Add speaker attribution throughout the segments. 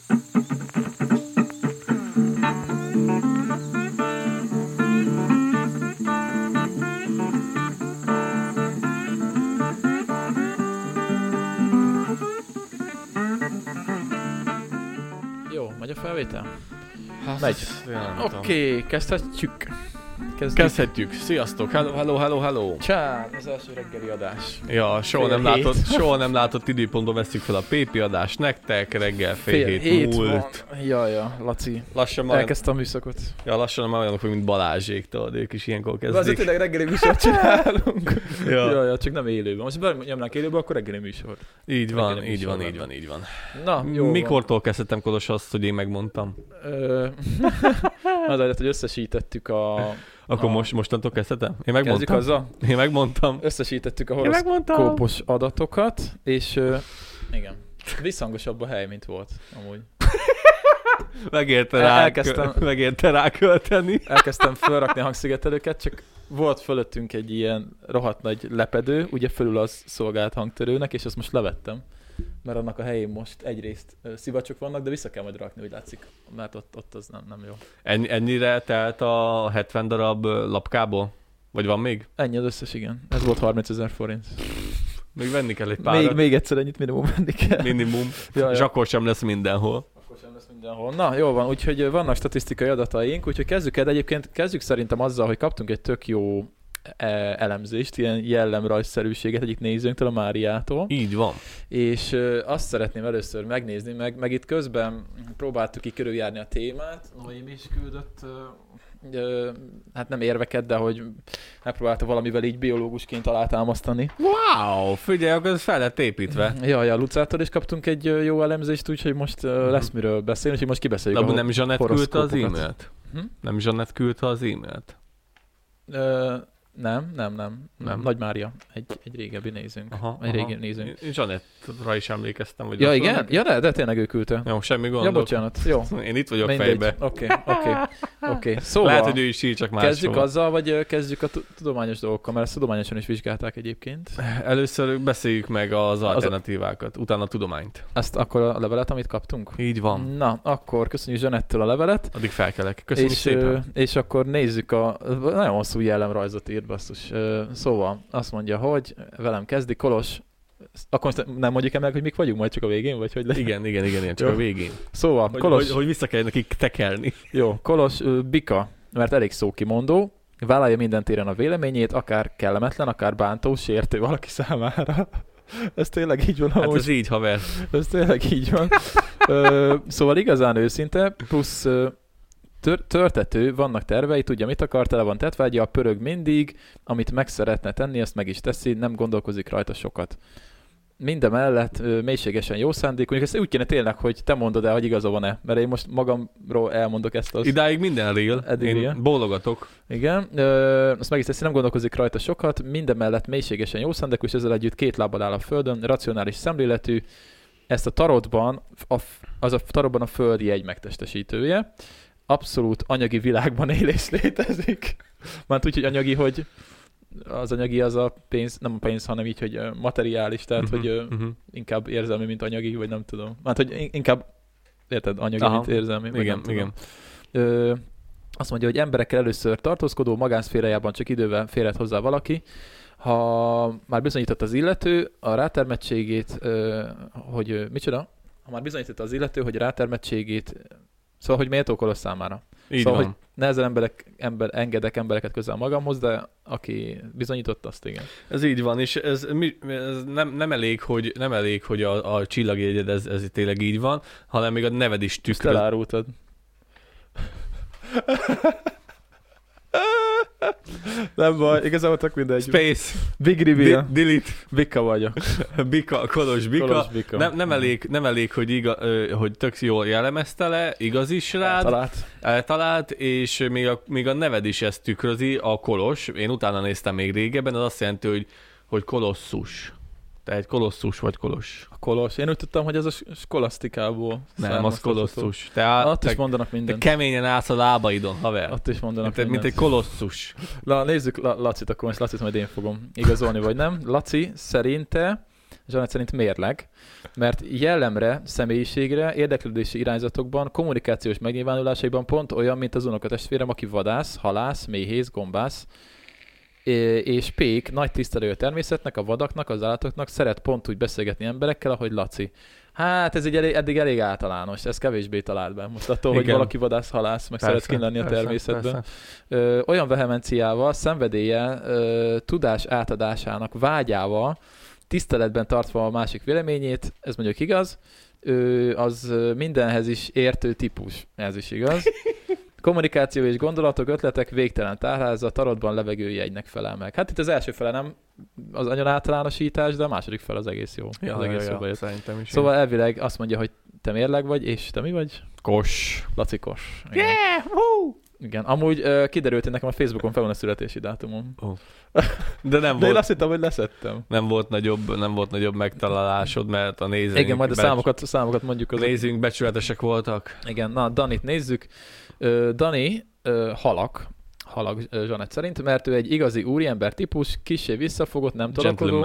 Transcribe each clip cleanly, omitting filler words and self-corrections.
Speaker 1: Jó, megy a felvétel?
Speaker 2: Hát,
Speaker 1: megy. Oké, kezdhetjük.
Speaker 2: Kezdhetjük. Sziasztok, hello.
Speaker 1: Csá, az első reggeli adás.
Speaker 2: Ja, soha nem látott időpontban veszük fel a PP adást nektek, reggel fél hét múlt.
Speaker 1: Ja, Laci.
Speaker 2: Lassan már
Speaker 1: elkezdtem a műszakot.
Speaker 2: Ja, lassan már olyanok, mint Balázsék, tudod, ők is ilyenkor kezdik.
Speaker 1: Azért tényleg reggeli műsort csinálunk.
Speaker 2: Ja,
Speaker 1: csak nem élőben. Most benyomnánk élőben, akkor reggeli műsor.
Speaker 2: Így van.
Speaker 1: Na, jó.
Speaker 2: Mikortól kezdtem Kolos azt, hogy én megmondtam?
Speaker 1: Az hogy összesítettük
Speaker 2: Akkor mostantól kezdhetem? Én megmondtam.
Speaker 1: Kezdjük azzal?
Speaker 2: Én megmondtam.
Speaker 1: Összesítettük a horoszkópos adatokat, és igen, visszhangosabb a hely, mint volt amúgy.
Speaker 2: Megérte rákölteni.
Speaker 1: Elkezdtem felrakni a hangszigetelőket, csak volt fölöttünk egy ilyen rohadt nagy lepedő, ugye fölül az szolgált hangtörőnek, és azt most levettem. Mert annak a helyén most egyrészt szivacsok vannak, de vissza kell majd rakni, úgy látszik, mert ott az nem jó.
Speaker 2: Ennyire telt a 70 darab lapkából? Vagy van még?
Speaker 1: Ennyi az összes, igen. Ez volt 30 000 forint.
Speaker 2: Még venni kell egy párat.
Speaker 1: Még egyszer ennyit minimum venni kell.
Speaker 2: Minimum.
Speaker 1: Ja.
Speaker 2: És akkor sem lesz mindenhol.
Speaker 1: Na, jó van, úgyhogy vannak statisztikai adataink, úgyhogy kezdjük el, de egyébként kezdjük szerintem azzal, hogy kaptunk egy tök jó elemzést, ilyen jellemrajzszerűséget egyik nézőnktől, a Máriától.
Speaker 2: Így van.
Speaker 1: És azt szeretném először megnézni, meg itt közben próbáltuk ki körüljárni a témát. Noémi is küldött, hát nem érveket, de hogy megpróbálta valamivel így biológusként alátámasztani.
Speaker 2: Wow, figyelj, akkor ez fel lett építve.
Speaker 1: Ja, Lucától is kaptunk egy jó elemzést, úgyhogy most lesz miről beszélni, úgyhogy most kibeszéljük
Speaker 2: de nem Zsanett küldte az e-mailt? Nem Zsanett küldte az e-mailt?
Speaker 1: Nem. Nagy Mária, egy régebbi nézőnk. Egy régi nézőnk.
Speaker 2: Zsanettra is emlékeztem, hogy...
Speaker 1: Ja, igen? Ja, de tényleg ő küldte.
Speaker 2: Jó, semmi gondol.
Speaker 1: Ja, bocsánat. Jó.
Speaker 2: Én itt vagyok fejbe.
Speaker 1: Oké. Szóval...
Speaker 2: Lehet, hogy ő is sír, csak máshol.
Speaker 1: Kezdjük azzal, vagy kezdjük a tudományos dolgokkal, mert ezt tudományosan is vizsgálták egyébként.
Speaker 2: Először beszéljük meg az alternatívákat, utána a tudományt.
Speaker 1: Ezt akkor a levelet, amit kaptunk?
Speaker 2: Így van.
Speaker 1: Na, akkor köszönjük Zsanettől a levelet.
Speaker 2: Addig felkelek. Köszönjük szépen.
Speaker 1: És akkor nézzük nagyon hosszú jellemrajzot írt, basszus. Szóval azt mondja, hogy velem kezdi Kolos. Akkor nem mondjuk el meg, hogy mik vagyunk, majd csak a végén, vagy hogy lesz?
Speaker 2: Igen, csak a végén.
Speaker 1: Szóval, Kolos...
Speaker 2: Hogy vissza kell nekik tekelni.
Speaker 1: Jó, Kolos bika, mert elég szókimondó, vállalja minden téren a véleményét, akár kellemetlen, akár bántó, sértő valaki számára. Ez tényleg így van.
Speaker 2: Hát ez így, haver.
Speaker 1: Ez tényleg így van. Szóval igazán őszinte, plusz... Törtető, vannak tervei, tudja mit akar, tele van tetvágya, pörög mindig, amit meg szeretne tenni, azt meg is teszi, nem gondolkozik rajta sokat. Mindemellett mélységesen jó szándékú, ezt úgy kéne tényleg, hogy te mondod el, hogy igaza van-e, mert én most magamról elmondok ezt az...
Speaker 2: Idáig minden real, én bólogatok.
Speaker 1: Igen, azt meg is teszi, nem gondolkozik rajta sokat, mindemellett mélységesen jó szándékú, és ezzel együtt két lábbal áll a földön, racionális szemléletű, ezt a tarotban, a tarotban a földi jegy megtestesítője. Abszolút anyagi világban élés létezik. Már úgy, hogy anyagi, hogy az anyagi az a pénz, nem a pénz, hanem így, hogy materiális, tehát hogy inkább érzelmi, mint anyagi, vagy nem tudom. Már hogy inkább, érted, anyagi, mint érzelmi.
Speaker 2: Igen.
Speaker 1: Azt mondja, hogy emberekkel először tartózkodó, magánszférájában csak idővel férhet hozzá valaki. Ha már bizonyított az illető a rátermettségét, hogy micsoda? Ha már bizonyított az illető, hogy rátermettségét, szóval, hogy méltó Kolos számára.
Speaker 2: Így
Speaker 1: szóval,
Speaker 2: van.
Speaker 1: hogy nehezen engedek embereket közel magamhoz, de aki bizonyított, azt igen.
Speaker 2: Ez így van, és ez nem elég, hogy a csillagjegyed ez tényleg így van, hanem még a neved is tükröz.
Speaker 1: Ezt elárultad. Nem baj, igazából tök mindegy.
Speaker 2: Space.
Speaker 1: Big reveal.
Speaker 2: Delete.
Speaker 1: Bika vagyok.
Speaker 2: Kolos bika. Nem elég, hogy tök jól jellemezte le, igaz is rád. Eltalált, és még a neved is ezt tükrözi, a Kolos. Én utána néztem még régebben, az azt jelenti, hogy kolosszus. Te egy kolosszus vagy Kolos.
Speaker 1: A Kolos. Én úgy tudtam, hogy ez a skolasztikából.
Speaker 2: Nem, az kolosszus.
Speaker 1: Ott is mondanak mindent.
Speaker 2: Te keményen állsz a lábaidon, haver.
Speaker 1: Ott is mondanak mindent.
Speaker 2: Mint egy kolosszus.
Speaker 1: Nézzük Lacit akkor, most Lacit majd én fogom igazolni, vagy nem. Laci szerinte Zsanett szerint mérleg, mert jellemre, személyiségre, érdeklődési irányzatokban, kommunikációs megnyilvánulásaiban pont olyan, mint az unokatestvérem, aki vadász, halász, méhész, gombász, és Pék nagy tisztelője a természetnek, a vadaknak, az állatoknak, szeret pont úgy beszélgetni emberekkel, ahogy Laci. Hát ez eddig elég általános, ez kevésbé talált be. Most attól, hogy valaki vadász, halász, meg szeret kint lenni a természetben. Olyan vehemenciával, szenvedéllyel, tudás átadásának vágyával, tiszteletben tartva a másik véleményét, ez mondjuk igaz, az mindenhez is értő típus, ez is igaz. Kommunikáció és gondolatok, ötletek végtelen tárháza, tarotban levegő jegynek felel meg. Hát itt az első fele nem az nagyon általánosítás, de a második fel az egész jó.
Speaker 2: Ja,
Speaker 1: az egész
Speaker 2: jó szerintem is.
Speaker 1: Szóval elvileg azt mondja, hogy te mérleg vagy, és te mi vagy?
Speaker 2: Kos.
Speaker 1: Laci Kos.
Speaker 2: Igen. Yeah, woo!
Speaker 1: Igen, amúgy kiderült, hogy nekem a Facebookon fel van a születési dátumom.
Speaker 2: Oh. De nem
Speaker 1: volt. De én azt hittem, hogy leszettem.
Speaker 2: Nem volt nagyobb megtalálásod, mert a nézőink...
Speaker 1: Igen, majd a számokat mondjuk.
Speaker 2: Nézőink becsületesek voltak.
Speaker 1: Igen, na Danit nézzük. Dani halak Zsanett szerint, mert ő egy igazi úriember típus, kissé visszafogott, nem tolakodó,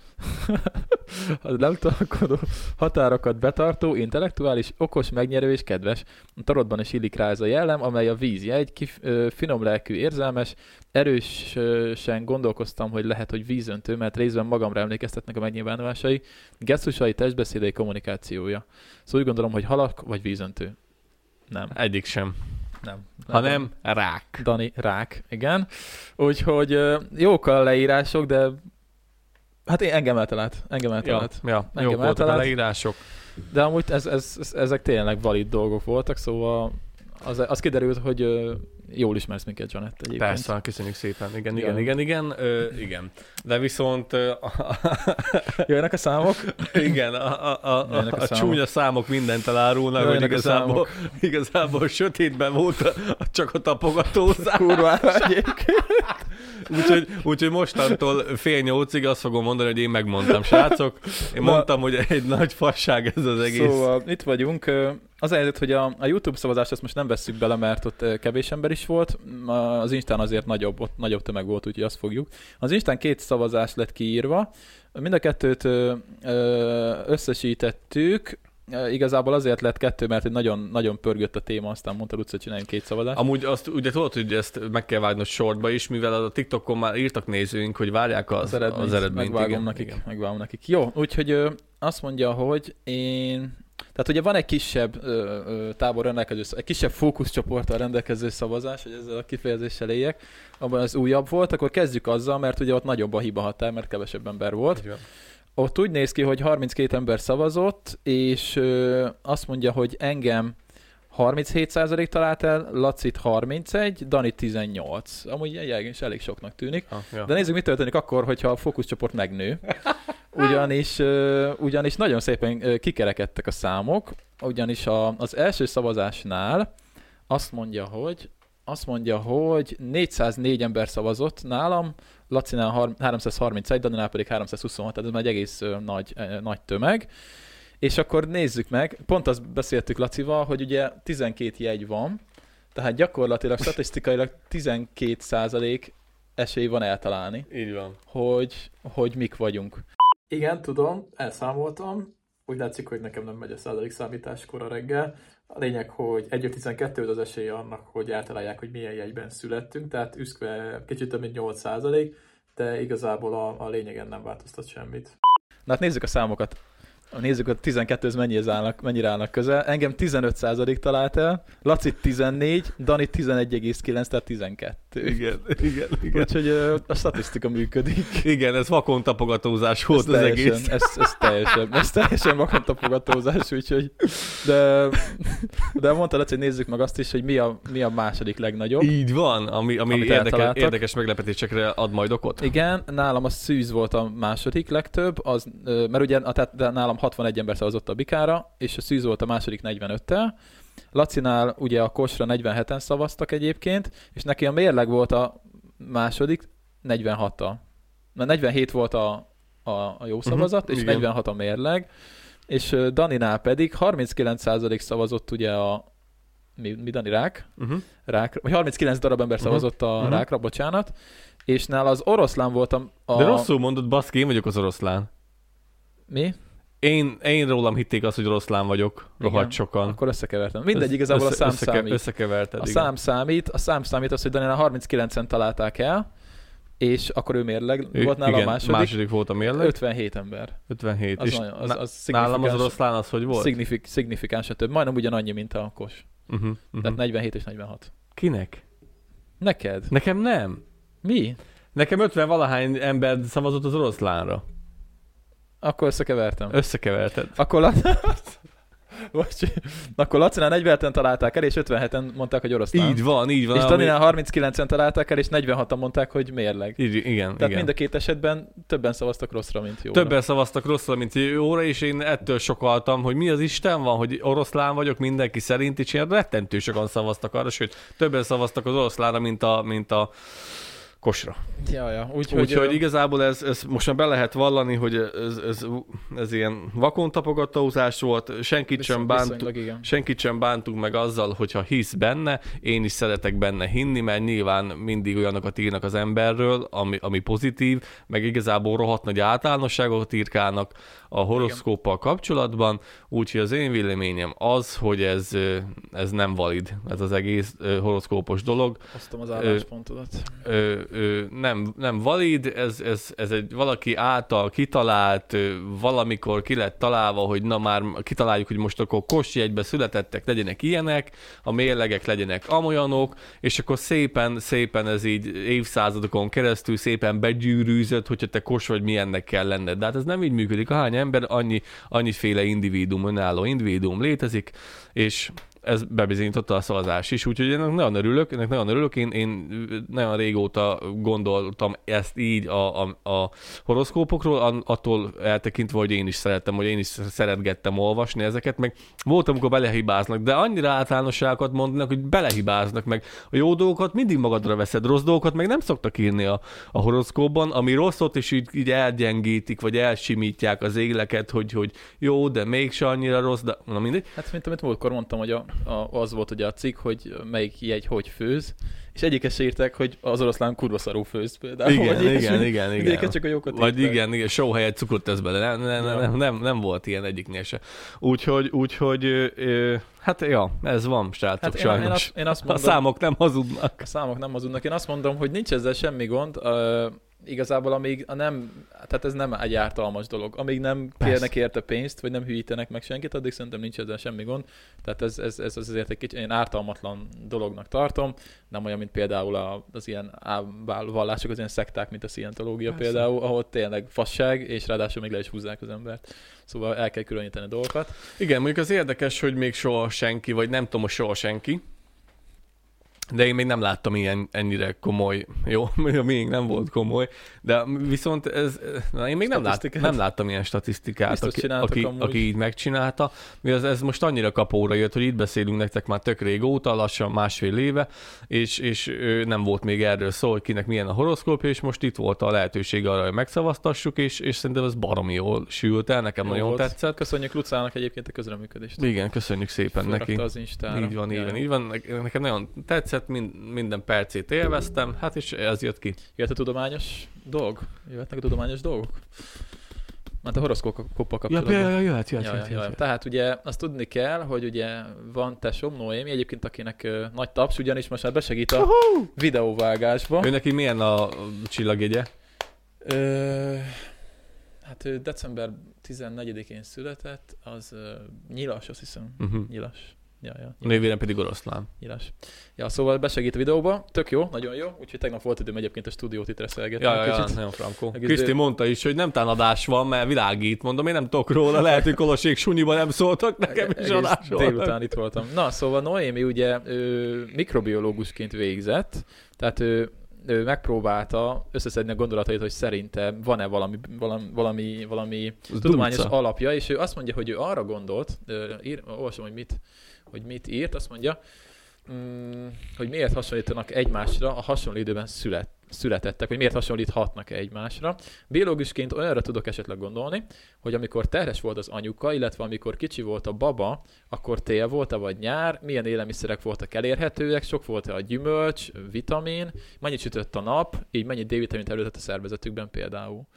Speaker 1: határokat betartó, intellektuális, okos, megnyerő és kedves. A tarotban is illik rá ez a jellem, amely a vízjegy, finom lelkű, érzelmes, erősen gondolkoztam, hogy lehet, hogy vízöntő, mert részben magamra emlékeztetnek a megnyilvánulásai, gesztusai, testbeszédei, kommunikációja. Szóval úgy gondolom, hogy halak vagy vízöntő. Nem.
Speaker 2: Egyik sem.
Speaker 1: Nem.
Speaker 2: Hanem rák.
Speaker 1: Dani, rák, igen. Úgyhogy jók a leírások, de hát engem eltalált.
Speaker 2: Ja, jók voltak a leírások.
Speaker 1: De amúgy ezek tényleg valid dolgok voltak, szóval az kiderült, hogy jól ismersz minket, Zsanett, egyébként.
Speaker 2: Persze, köszönjük szépen. Igen. De viszont...
Speaker 1: Jöjjenek a számok?
Speaker 2: Igen, a csúnya számok mindent elárulnak, hogy igazából sötétben volt csak a tapogatózás.
Speaker 1: Kurva egyébként.
Speaker 2: Úgyhogy mostantól 7:30 azt fogom mondani, hogy én megmondtam, srácok. Én mondtam, hogy egy nagy fasság ez az egész.
Speaker 1: Szóval itt vagyunk. Az a helyzet, hogy a YouTube szavazást ezt most nem vesszük bele, mert ott kevés ember is volt. Az Instán azért nagyobb tömeg volt, úgyhogy azt fogjuk. Az Instán 2 szavazás lett kiírva. Mind a kettőt összesítettük. Igazából azért lett 2, mert nagyon, nagyon pörgött a téma, aztán mondta Luca, csináljunk 2 szavazást.
Speaker 2: Amúgy azt ugye tudod, hogy ezt meg kell vágnod sortba is, mivel a TikTokon már írtak nézőink, hogy várják az eredményt.
Speaker 1: Megvágom nekik. Jó, úgyhogy azt mondja, hogy tehát ugye van egy kisebb tábor rendelkező, egy kisebb fókuszcsoporttal rendelkező szavazás, hogy ezzel a kifejezéssel éljek, abban az újabb volt, akkor kezdjük azzal, mert ugye ott nagyobb a hiba határ, mert kevesebb ember volt. Ott úgy néz ki, hogy 32 ember szavazott, és azt mondja, hogy engem 37% talált el, Lacit 31, Dani 18. Amúgy elég soknak tűnik. De nézzük, mi történik akkor, hogyha a fókuszcsoport megnő. Ugyanis nagyon szépen kikerekedtek a számok, ugyanis az első szavazásnál azt mondja, hogy 404 ember szavazott nálam, Lacinál 331, Daninál pedig 326, tehát ez már egy egész nagy tömeg. És akkor nézzük meg, pont azt beszéltük Lacival, hogy ugye 12 jegy van, tehát gyakorlatilag statisztikailag 12% esély van eltalálni.
Speaker 2: Így van.
Speaker 1: Hogy mik vagyunk. Igen, tudom, elszámoltam. Úgy látszik, hogy nekem nem megy a százalékszámításkor a reggel. A lényeg, hogy 1/12 az esély annak, hogy eltalálják, hogy milyen jegyben születtünk, tehát üszkve kicsit több mint 8%, de igazából a lényegen nem változtat semmit. Na hát nézzük a számokat. Nézzük, a 12-höz mennyire állnak közel. Engem 15% talált el, Laci 14, Dani 11,9, tehát 12.
Speaker 2: Igen.
Speaker 1: Úgyhogy a statisztika működik.
Speaker 2: Igen, ez vakon tapogatózás volt az egész.
Speaker 1: Ez teljesen vakon tapogatózás, úgyhogy... De mondta Laci, hogy nézzük meg azt is, hogy mi a második legnagyobb.
Speaker 2: Így van, ami érdekes meglepetésekre ad majd okot.
Speaker 1: Igen, nálam a szűz volt a második legtöbb, mert ugye nálam 61 ember szavazott a bikára, és a szűz volt a második 45-tel. Lacinál ugye a kosra 47-en szavaztak egyébként, és neki a mérleg volt a második 46-tal. Mert 47 volt a jó szavazat, és igen. 46 a mérleg, és Daninál pedig 39% szavazott ugye mi Dani, rák? Rák, vagy 39 darab ember szavazott a rákra, bocsánat, és nála az oroszlán volt
Speaker 2: De rosszul mondod, baszki, én vagyok az oroszlán. Mi? Én rólam hitték azt, hogy oroszlán vagyok, rohadt sokan.
Speaker 1: Akkor összekevertem. Mindegy, igazából a szám számít.
Speaker 2: Összekeverted,
Speaker 1: a szám számít az, hogy Daniela 39-en találták el, és akkor ő mérleg volt nála a
Speaker 2: második volt a mérleg.
Speaker 1: 57 ember.
Speaker 2: 57.
Speaker 1: Az
Speaker 2: és
Speaker 1: az
Speaker 2: nálam az oroszlán az hogy volt?
Speaker 1: Szignifikánsan több. Majdnem ugyanannyi, mint a Kos. Tehát 47 és 46.
Speaker 2: Kinek?
Speaker 1: Neked.
Speaker 2: Nekem nem.
Speaker 1: Mi?
Speaker 2: Nekem 50 valahány ember szavazott az oroszlánra.
Speaker 1: Akkor összekevertem.
Speaker 2: Összekeverted.
Speaker 1: Akkor Lacinál 40-en találták el, és 57-en mondták, hogy oroszlán.
Speaker 2: Így van.
Speaker 1: És Daninál 39-en találták el, és 46-an mondták, hogy mérleg.
Speaker 2: Igen.
Speaker 1: Tehát mind a két esetben többen szavaztak rosszra, mint jóra.
Speaker 2: Többen szavaztak rosszra, mint jóra, és én ettől sokaltam, hogy mi az Isten van, hogy oroszlán vagyok mindenki szerint, és én rettentő sokan szavaztak arra, sőt, többen szavaztak az oroszlánra, mint a Kosra.
Speaker 1: Ja.
Speaker 2: Úgyhogy igazából ez most már be lehet vallani, hogy ez ilyen vakon tapogatózás volt, senkit sem bántunk meg azzal, hogyha hisz benne, én is szeretek benne hinni, mert nyilván mindig olyanokat írnak az emberről, ami pozitív, meg igazából rohadt nagy általánosságokat írkálnak a horoszkóppal kapcsolatban, úgyhogy az én véleményem az, hogy ez nem valid, ez az egész horoszkópos dolog.
Speaker 1: Osztom az álláspontodat.
Speaker 2: Nem valid, ez egy valaki által kitalált, valamikor ki lett találva, hogy na már kitaláljuk, hogy most akkor Kosjegybe születettek, legyenek ilyenek, a mérlegek legyenek amolyanok, és akkor szépen ez így évszázadokon keresztül szépen begyűrűzött, hogyha te Kos vagy, milyennek kell lenned. De hát ez nem így működik. Ahány ember, annyiféle önálló individuum létezik, és ez bebizonyította a szavazás is, úgyhogy ennek nagyon örülök. Én nagyon régóta gondoltam ezt így a horoszkópokról, attól eltekintve, hogy én is szerettem, hogy én is szeretgettem olvasni ezeket, meg volt, amikor belehibáznak, de annyira általánosságokat mondanak, hogy belehibáznak, meg a jó dolgokat mindig magadra veszed, rossz dolgokat meg nem szoktak írni a horoszkópban, ami rosszot is így elgyengítik, vagy elsimítják az égleket, hogy jó, de mégse annyira rossz, de na mindegy.
Speaker 1: Hát mint amit múltkor mondtam, hogy az volt ugye a cikk, hogy melyik jegy hogy főz, és egyiket se írták, hogy az oroszlán kurva szarú főz például.
Speaker 2: Igen.
Speaker 1: Csak a jókat
Speaker 2: vagy írták. Igen, só helyett cukrot tesz bele. Nem volt ilyen egyiknél se. Úgyhogy hát ja, ez van, srácok, sajnos.
Speaker 1: Én azt mondom,
Speaker 2: a számok nem hazudnak.
Speaker 1: Én azt mondom, hogy nincs ezzel semmi gond. Igazából tehát ez nem egy ártalmas dolog. Amíg nem kérnek érte pénzt, vagy nem hülyítenek meg senkit, addig szerintem nincs ezzel semmi gond. Tehát ez azért egy kicsit én ártalmatlan dolognak tartom. Nem olyan, mint például az ilyen vallások, az ilyen szekták, mint a szientológia például, ahol tényleg fasság, és ráadásul még le is húzzák az embert. Szóval el kell különíteni dolgokat.
Speaker 2: Igen, mondjuk az érdekes, hogy még soha senki, vagy nem tudom, hogy soha senki, de én még nem láttam ennyire komoly, jó, még nem volt komoly, de viszont én még nem láttam ilyen statisztikát, aki így megcsinálta, mivel ez most annyira kapóra jött, hogy itt beszélünk nektek már tök régóta, lassan másfél éve, és nem volt még erről szó, hogy kinek milyen a horoszkópja, és most itt volt a lehetőség arra, hogy megszavaztassuk, és szerintem ez baromi jól sült el, nekem nagyon tetszett.
Speaker 1: Köszönjük Lucának egyébként a közreműködést.
Speaker 2: Igen, köszönjük szépen neki.
Speaker 1: Az Instára.
Speaker 2: Így van. Nekem nagyon tetszett, minden percét élveztem, hát és ez jött ki.
Speaker 1: Jöhet a tudományos dolg? Jöhetnek a tudományos dolgok? Mert a horoszkóppal kapcsolatban.
Speaker 2: Jöhet.
Speaker 1: Tehát ugye azt tudni kell, hogy ugye van tesóm, Noémi, egyébként akinek nagy taps, ugyanis most már besegít a videóvágásba.
Speaker 2: Ő neki milyen a csillagjegye?
Speaker 1: Hát ő december 14-én született, az nyilas, azt hiszem. Nyilas. Ja.
Speaker 2: A nővérem pedig oroszlán.
Speaker 1: Nyilas. Ja, szóval besegít a videóba. Tök jó, nagyon jó. Úgyhogy tegnap volt időm egyébként a stúdiót itt reszelgetni.
Speaker 2: Ja, nagyon frankó. Kriszti mondta is, hogy nem adás van, mert világít. Mondom, én nem tudok róla. Lehet, hogy Kolosék sunyiban nem szóltak nekem is adás volt.
Speaker 1: Délután itt voltam. Na, szóval Noémi ugye mikrobiológusként végzett. Tehát ő megpróbálta összeszedni a gondolatait, hogy szerinte van-e valami tudományos alapja, és ő azt mondja, hogy ő arra gondolt, olvasom, hogy mit írt, azt mondja, hogy miért hasonlítanak egymásra a hasonló időben születettek, vagy miért hasonlíthatnak egymásra. Biológusként olyanra tudok esetleg gondolni, hogy amikor terhes volt az anyuka, illetve amikor kicsi volt a baba, akkor tél volt-e vagy nyár, milyen élelmiszerek voltak elérhetőek, sok volt-e a gyümölcs, vitamin, mennyit sütött a nap, így mennyi D-vitamint előtt a szervezetükben például.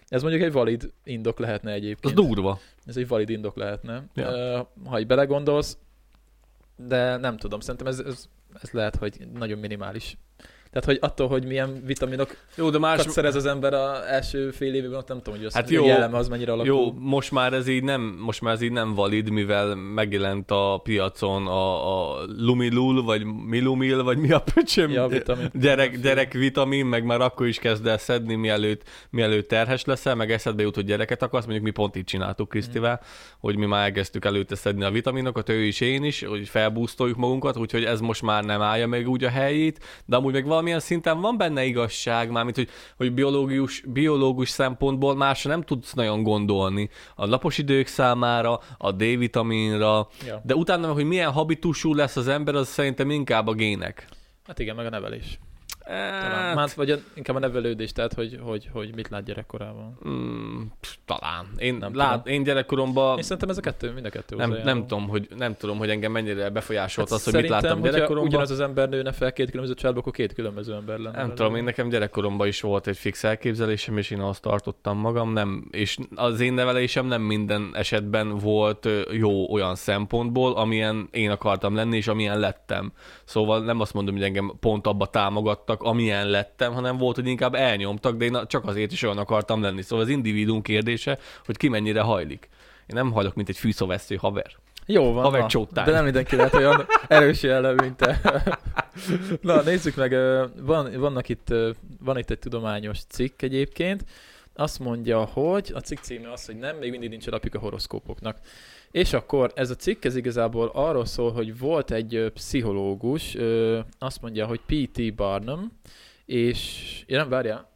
Speaker 1: Ez mondjuk egy valid indok lehetne egyébként.
Speaker 2: Az durva.
Speaker 1: Ez egy valid indok lehetne. Ja. Ha így belegondolsz, de nem tudom, szerintem ez lehet, hogy nagyon minimális. Tehát, hogy attól, hogy milyen vitaminokat szerez az ember az első fél évben, ott nem tudom, hogy az jelleme az mennyire alakul. Jó,
Speaker 2: most már ez így nem valid, mivel megjelent a piacon a Lumilul, vagy Milumil, vagy mi a pöcsöm, gyerek vitamin, meg már akkor is kezd el szedni, mielőtt terhes leszel, meg eszedbe jut, hogy gyereket akarsz, mondjuk mi pont így csináltuk Krisztivel, hogy mi már elkezdtük előtte szedni a vitaminokat, ő is, én is, hogy felbúztoljuk magunkat, úgyhogy ez most már nem állja meg úgy a helyét, de amúgy meg valamilyen szinten van benne igazság, mármint, hogy biológus szempontból másra nem tudsz nagyon gondolni. A napos idők számára, a D-vitaminra, de utána, hogy milyen habitusú lesz az ember, az szerintem inkább a gének.
Speaker 1: Hát igen, meg a nevelés. Vagy inkább a nevelődés, tehát hogy mit lát gyerekkorában.
Speaker 2: Talán. Én gyerekkoromban...
Speaker 1: Én szerintem ez mind a kettő
Speaker 2: nem tudom, hogy engem mennyire befolyásolt az, hogy mit láttam gyerekkoromban.
Speaker 1: Ugyanaz az ember nőne fel két különböző családba, akkor két különböző ember lenne.
Speaker 2: Nem tudom, én nekem gyerekkoromban is volt egy fix elképzelésem, és én azt tartottam magam, és az én nevelésem nem minden esetben volt jó olyan szempontból, amilyen én akartam lenni, és amilyen lettem. Szóval nem azt mondom, hogy engem pont abba támogattak, amilyen lettem, hanem volt, hogy inkább elnyomtak, de én csak azért is olyan akartam lenni. Szóval az individuum kérdése, hogy ki mennyire hajlik. Én nem hajlok, mint egy fűszóvesztő haver.
Speaker 1: Jó van, haver csótány. De nem mindenki lehet olyan erős jellem, mint te. Na, nézzük meg, van itt egy tudományos cikk egyébként. Azt mondja, hogy a cikk címe az, hogy még mindig nincs alapjuk a horoszkópoknak. És akkor ez a cikk ez igazából arról szól, hogy volt egy pszichológus, azt mondja, hogy P.T. Barnum, és... nem, várjál.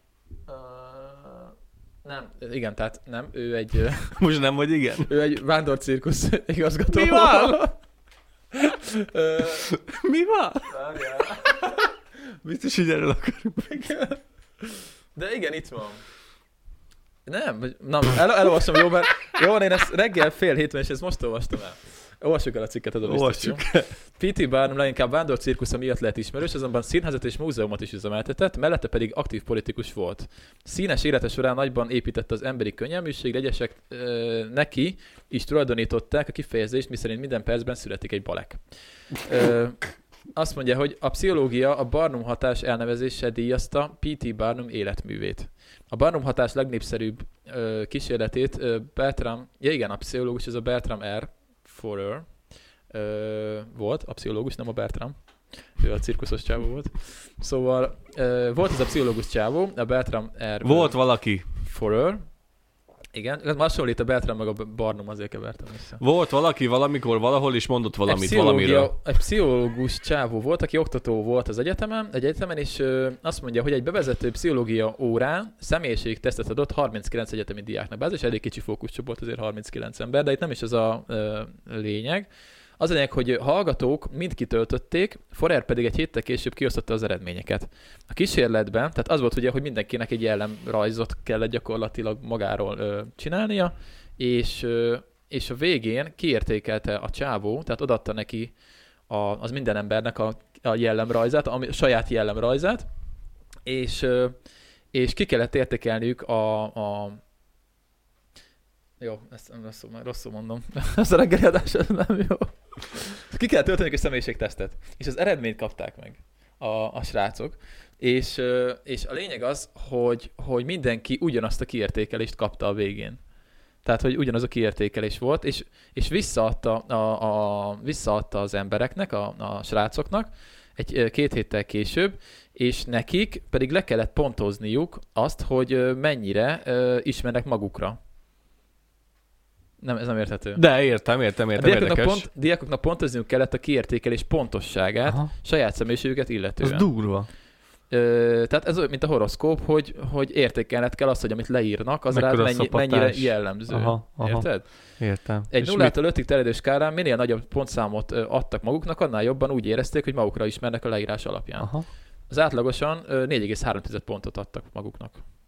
Speaker 1: Nem, igen, tehát nem, ő egy...
Speaker 2: Most nem vagy igen?
Speaker 1: Ő egy vándorcirkusz igazgató.
Speaker 2: Mi van? Mi van?
Speaker 1: Várjál.
Speaker 2: Biztos, hogy erről akarunk meg.
Speaker 1: De igen, itt van. Nem, elolvasom, jó, mert jó, én ezt reggel 6:30, és ezt most olvastam el. Olvassuk el a cikket, ez a biztos, jó? P.T. Barnum leginkább vándorcirkusza miatt lett ismerős, azonban színházat és múzeumot is üzemeltetett, mellette pedig aktív politikus volt. Színes élete során nagyban épített az emberi könnyelműségre, egyesek neki is tulajdonították a kifejezést, miszerint minden percben születik egy balek. Azt mondja, hogy a pszichológia a Barnum hatás elnevezéssel díjazta P.T. Barnum életművét. A Barnum hatás legnépszerűbb kísérletét a pszichológus, ez a Bertram R. Forer volt, a pszichológus, nem a Bertram. Ő a cirkuszos csávó volt. Szóval volt ez a pszichológus csávó, a Bertram R.
Speaker 2: Volt valaki.
Speaker 1: Forer. Igen, hasonlít a Bertram meg a Barnum, azért kevertem vissza.
Speaker 2: Volt valaki valamikor valahol is mondott valamiről.
Speaker 1: Egy pszichológus csávó volt, aki oktató volt az egyetemen, és azt mondja, hogy egy bevezető pszichológia órán személyiségtesztet adott 39 egyetemi diáknak. Ez is elég kicsi fókuszcsoport, azért 39 ember, de itt nem is ez a lényeg. Az a lényeg, hogy hallgatók mind kitöltötték, Forer pedig egy héttel később kiosztotta az eredményeket. A kísérletben, tehát az volt ugye, hogy mindenkinek egy jellemrajzot kellett gyakorlatilag magáról csinálnia, és a végén kiértékelte a csávó, tehát odaadta neki az minden embernek a jellemrajzát, a saját jellemrajzát, és ki kellett értékelniük Jó, ezt rosszul mondom. Ez a reggeli adás nem jó. Ki kell tölteniük egy személyiségtesztet, és az eredményt kapták meg a srácok, és a lényeg az, hogy mindenki ugyanazt a kiértékelést kapta a végén. Tehát, hogy ugyanaz a kiértékelés volt, és visszaadta az embereknek, a srácoknak 2 héttel később, és nekik pedig le kellett pontozniuk azt, hogy mennyire ismernek magukra. Nem, ez nem érthető.
Speaker 2: De értem, érdekes.
Speaker 1: Diákoknak pontozniuk kellett a kiértékelés pontosságát, saját személyiségüket illetően.
Speaker 2: Ez durva.
Speaker 1: Tehát ez olyan, mint a horoszkóp, hogy értékelned kell azt, hogy amit leírnak, az rád mennyire jellemző. Érted?
Speaker 2: Értem.
Speaker 1: Egy 0-től 5-ig terjedő skálán minél nagyobb pontszámot adtak maguknak, annál jobban úgy érezték, hogy magukra ismernek a leírás alapján. Az átlagosan 4,3 pontot adtak maguknak.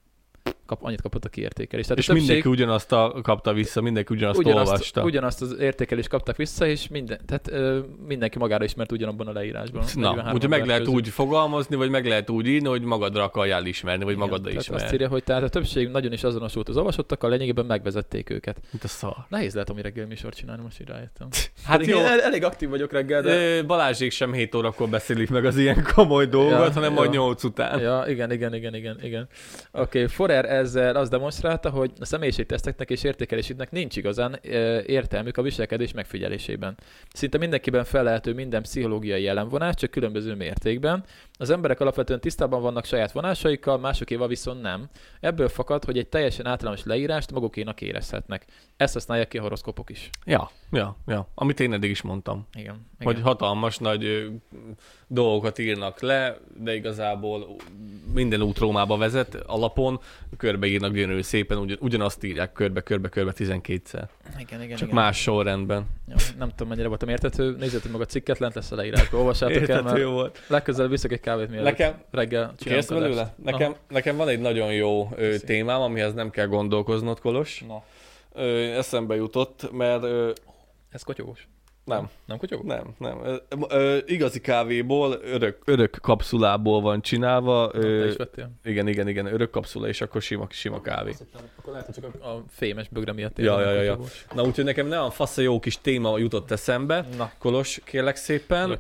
Speaker 1: annyit kapott a kiértékelés. Tehát
Speaker 2: és mindenki ugyanazt kapta vissza, mindenki ugyanazt olvasta.
Speaker 1: Ugyanazt az értékelést kaptak vissza, és mindenki magára ismert ugyanabban a leírásban.
Speaker 2: Na, úgyhogy meg lehet úgy fogalmazni, vagy meg lehet úgy írni, hogy magadra akarjál ismerni, vagy magadra ismerni.
Speaker 1: Azt írja, hogy tehát a többség nagyon is azonosult az olvasottakkal, lényegében megvezették őket.
Speaker 2: Mint a szar.
Speaker 1: Nehéz lehet, ami reggel műsort csinálni, most így rájöttem. Hát jó, elég aktív vagyok reggel, de...
Speaker 2: Balázsék sem 7 órakor beszélik meg az ilyen komoly dolgot, hanem majd 8 után.
Speaker 1: Ja, igen. Oké, Forer ezzel azt demonstrálta, hogy a személyiségteszteknek és értékelésüknek nincs igazán értelmük a viselkedés megfigyelésében. Szinte mindenkiben felelhető minden pszichológiai jellemvonás, csak különböző mértékben. Az emberek alapvetően tisztában vannak saját vonásaikkal, másokéval viszont nem. Ebből fakad, hogy egy teljesen általános leírást magukénak érezhetnek. Ezt használják ki a horoszkópok is.
Speaker 2: Ja. Amit én eddig is mondtam.
Speaker 1: Igen.
Speaker 2: Hogy hatalmas nagy dolgokat írnak le, de igazából minden út Rómába vezet alapon, körbeírnak gyönyörű szépen, ugyanazt írják körbe 12-szer.
Speaker 1: Igen.
Speaker 2: Csak más sorrendben.
Speaker 1: Jó, nem tudom, mennyire voltam érthető. Nézzétek meg a cikket, lent lesz a leírásba. Olvassátok el, mert
Speaker 2: volt.
Speaker 1: Legközelebb viszek egy kávét, mielőtt reggel csinálunk
Speaker 2: belőle? Nekem van egy nagyon jó témám, amihez nem kell gondolkoznod, Kolos.
Speaker 1: Na.
Speaker 2: Eszembe jutott, mert...
Speaker 1: Ez kotyogós?
Speaker 2: Nem.
Speaker 1: Nem kotyogós?
Speaker 2: Nem. Igazi kávéból, örök kapszulából van csinálva.
Speaker 1: Te is vettél?
Speaker 2: Igen, örök kapszula, és akkor sima kávé.
Speaker 1: Akkor lehet, hogy csak a fémes bögre miatt
Speaker 2: Ja. Na úgyhogy nekem nagyon fasz a jó kis téma jutott eszembe.
Speaker 1: Na.
Speaker 2: Kolos, kérlek szépen.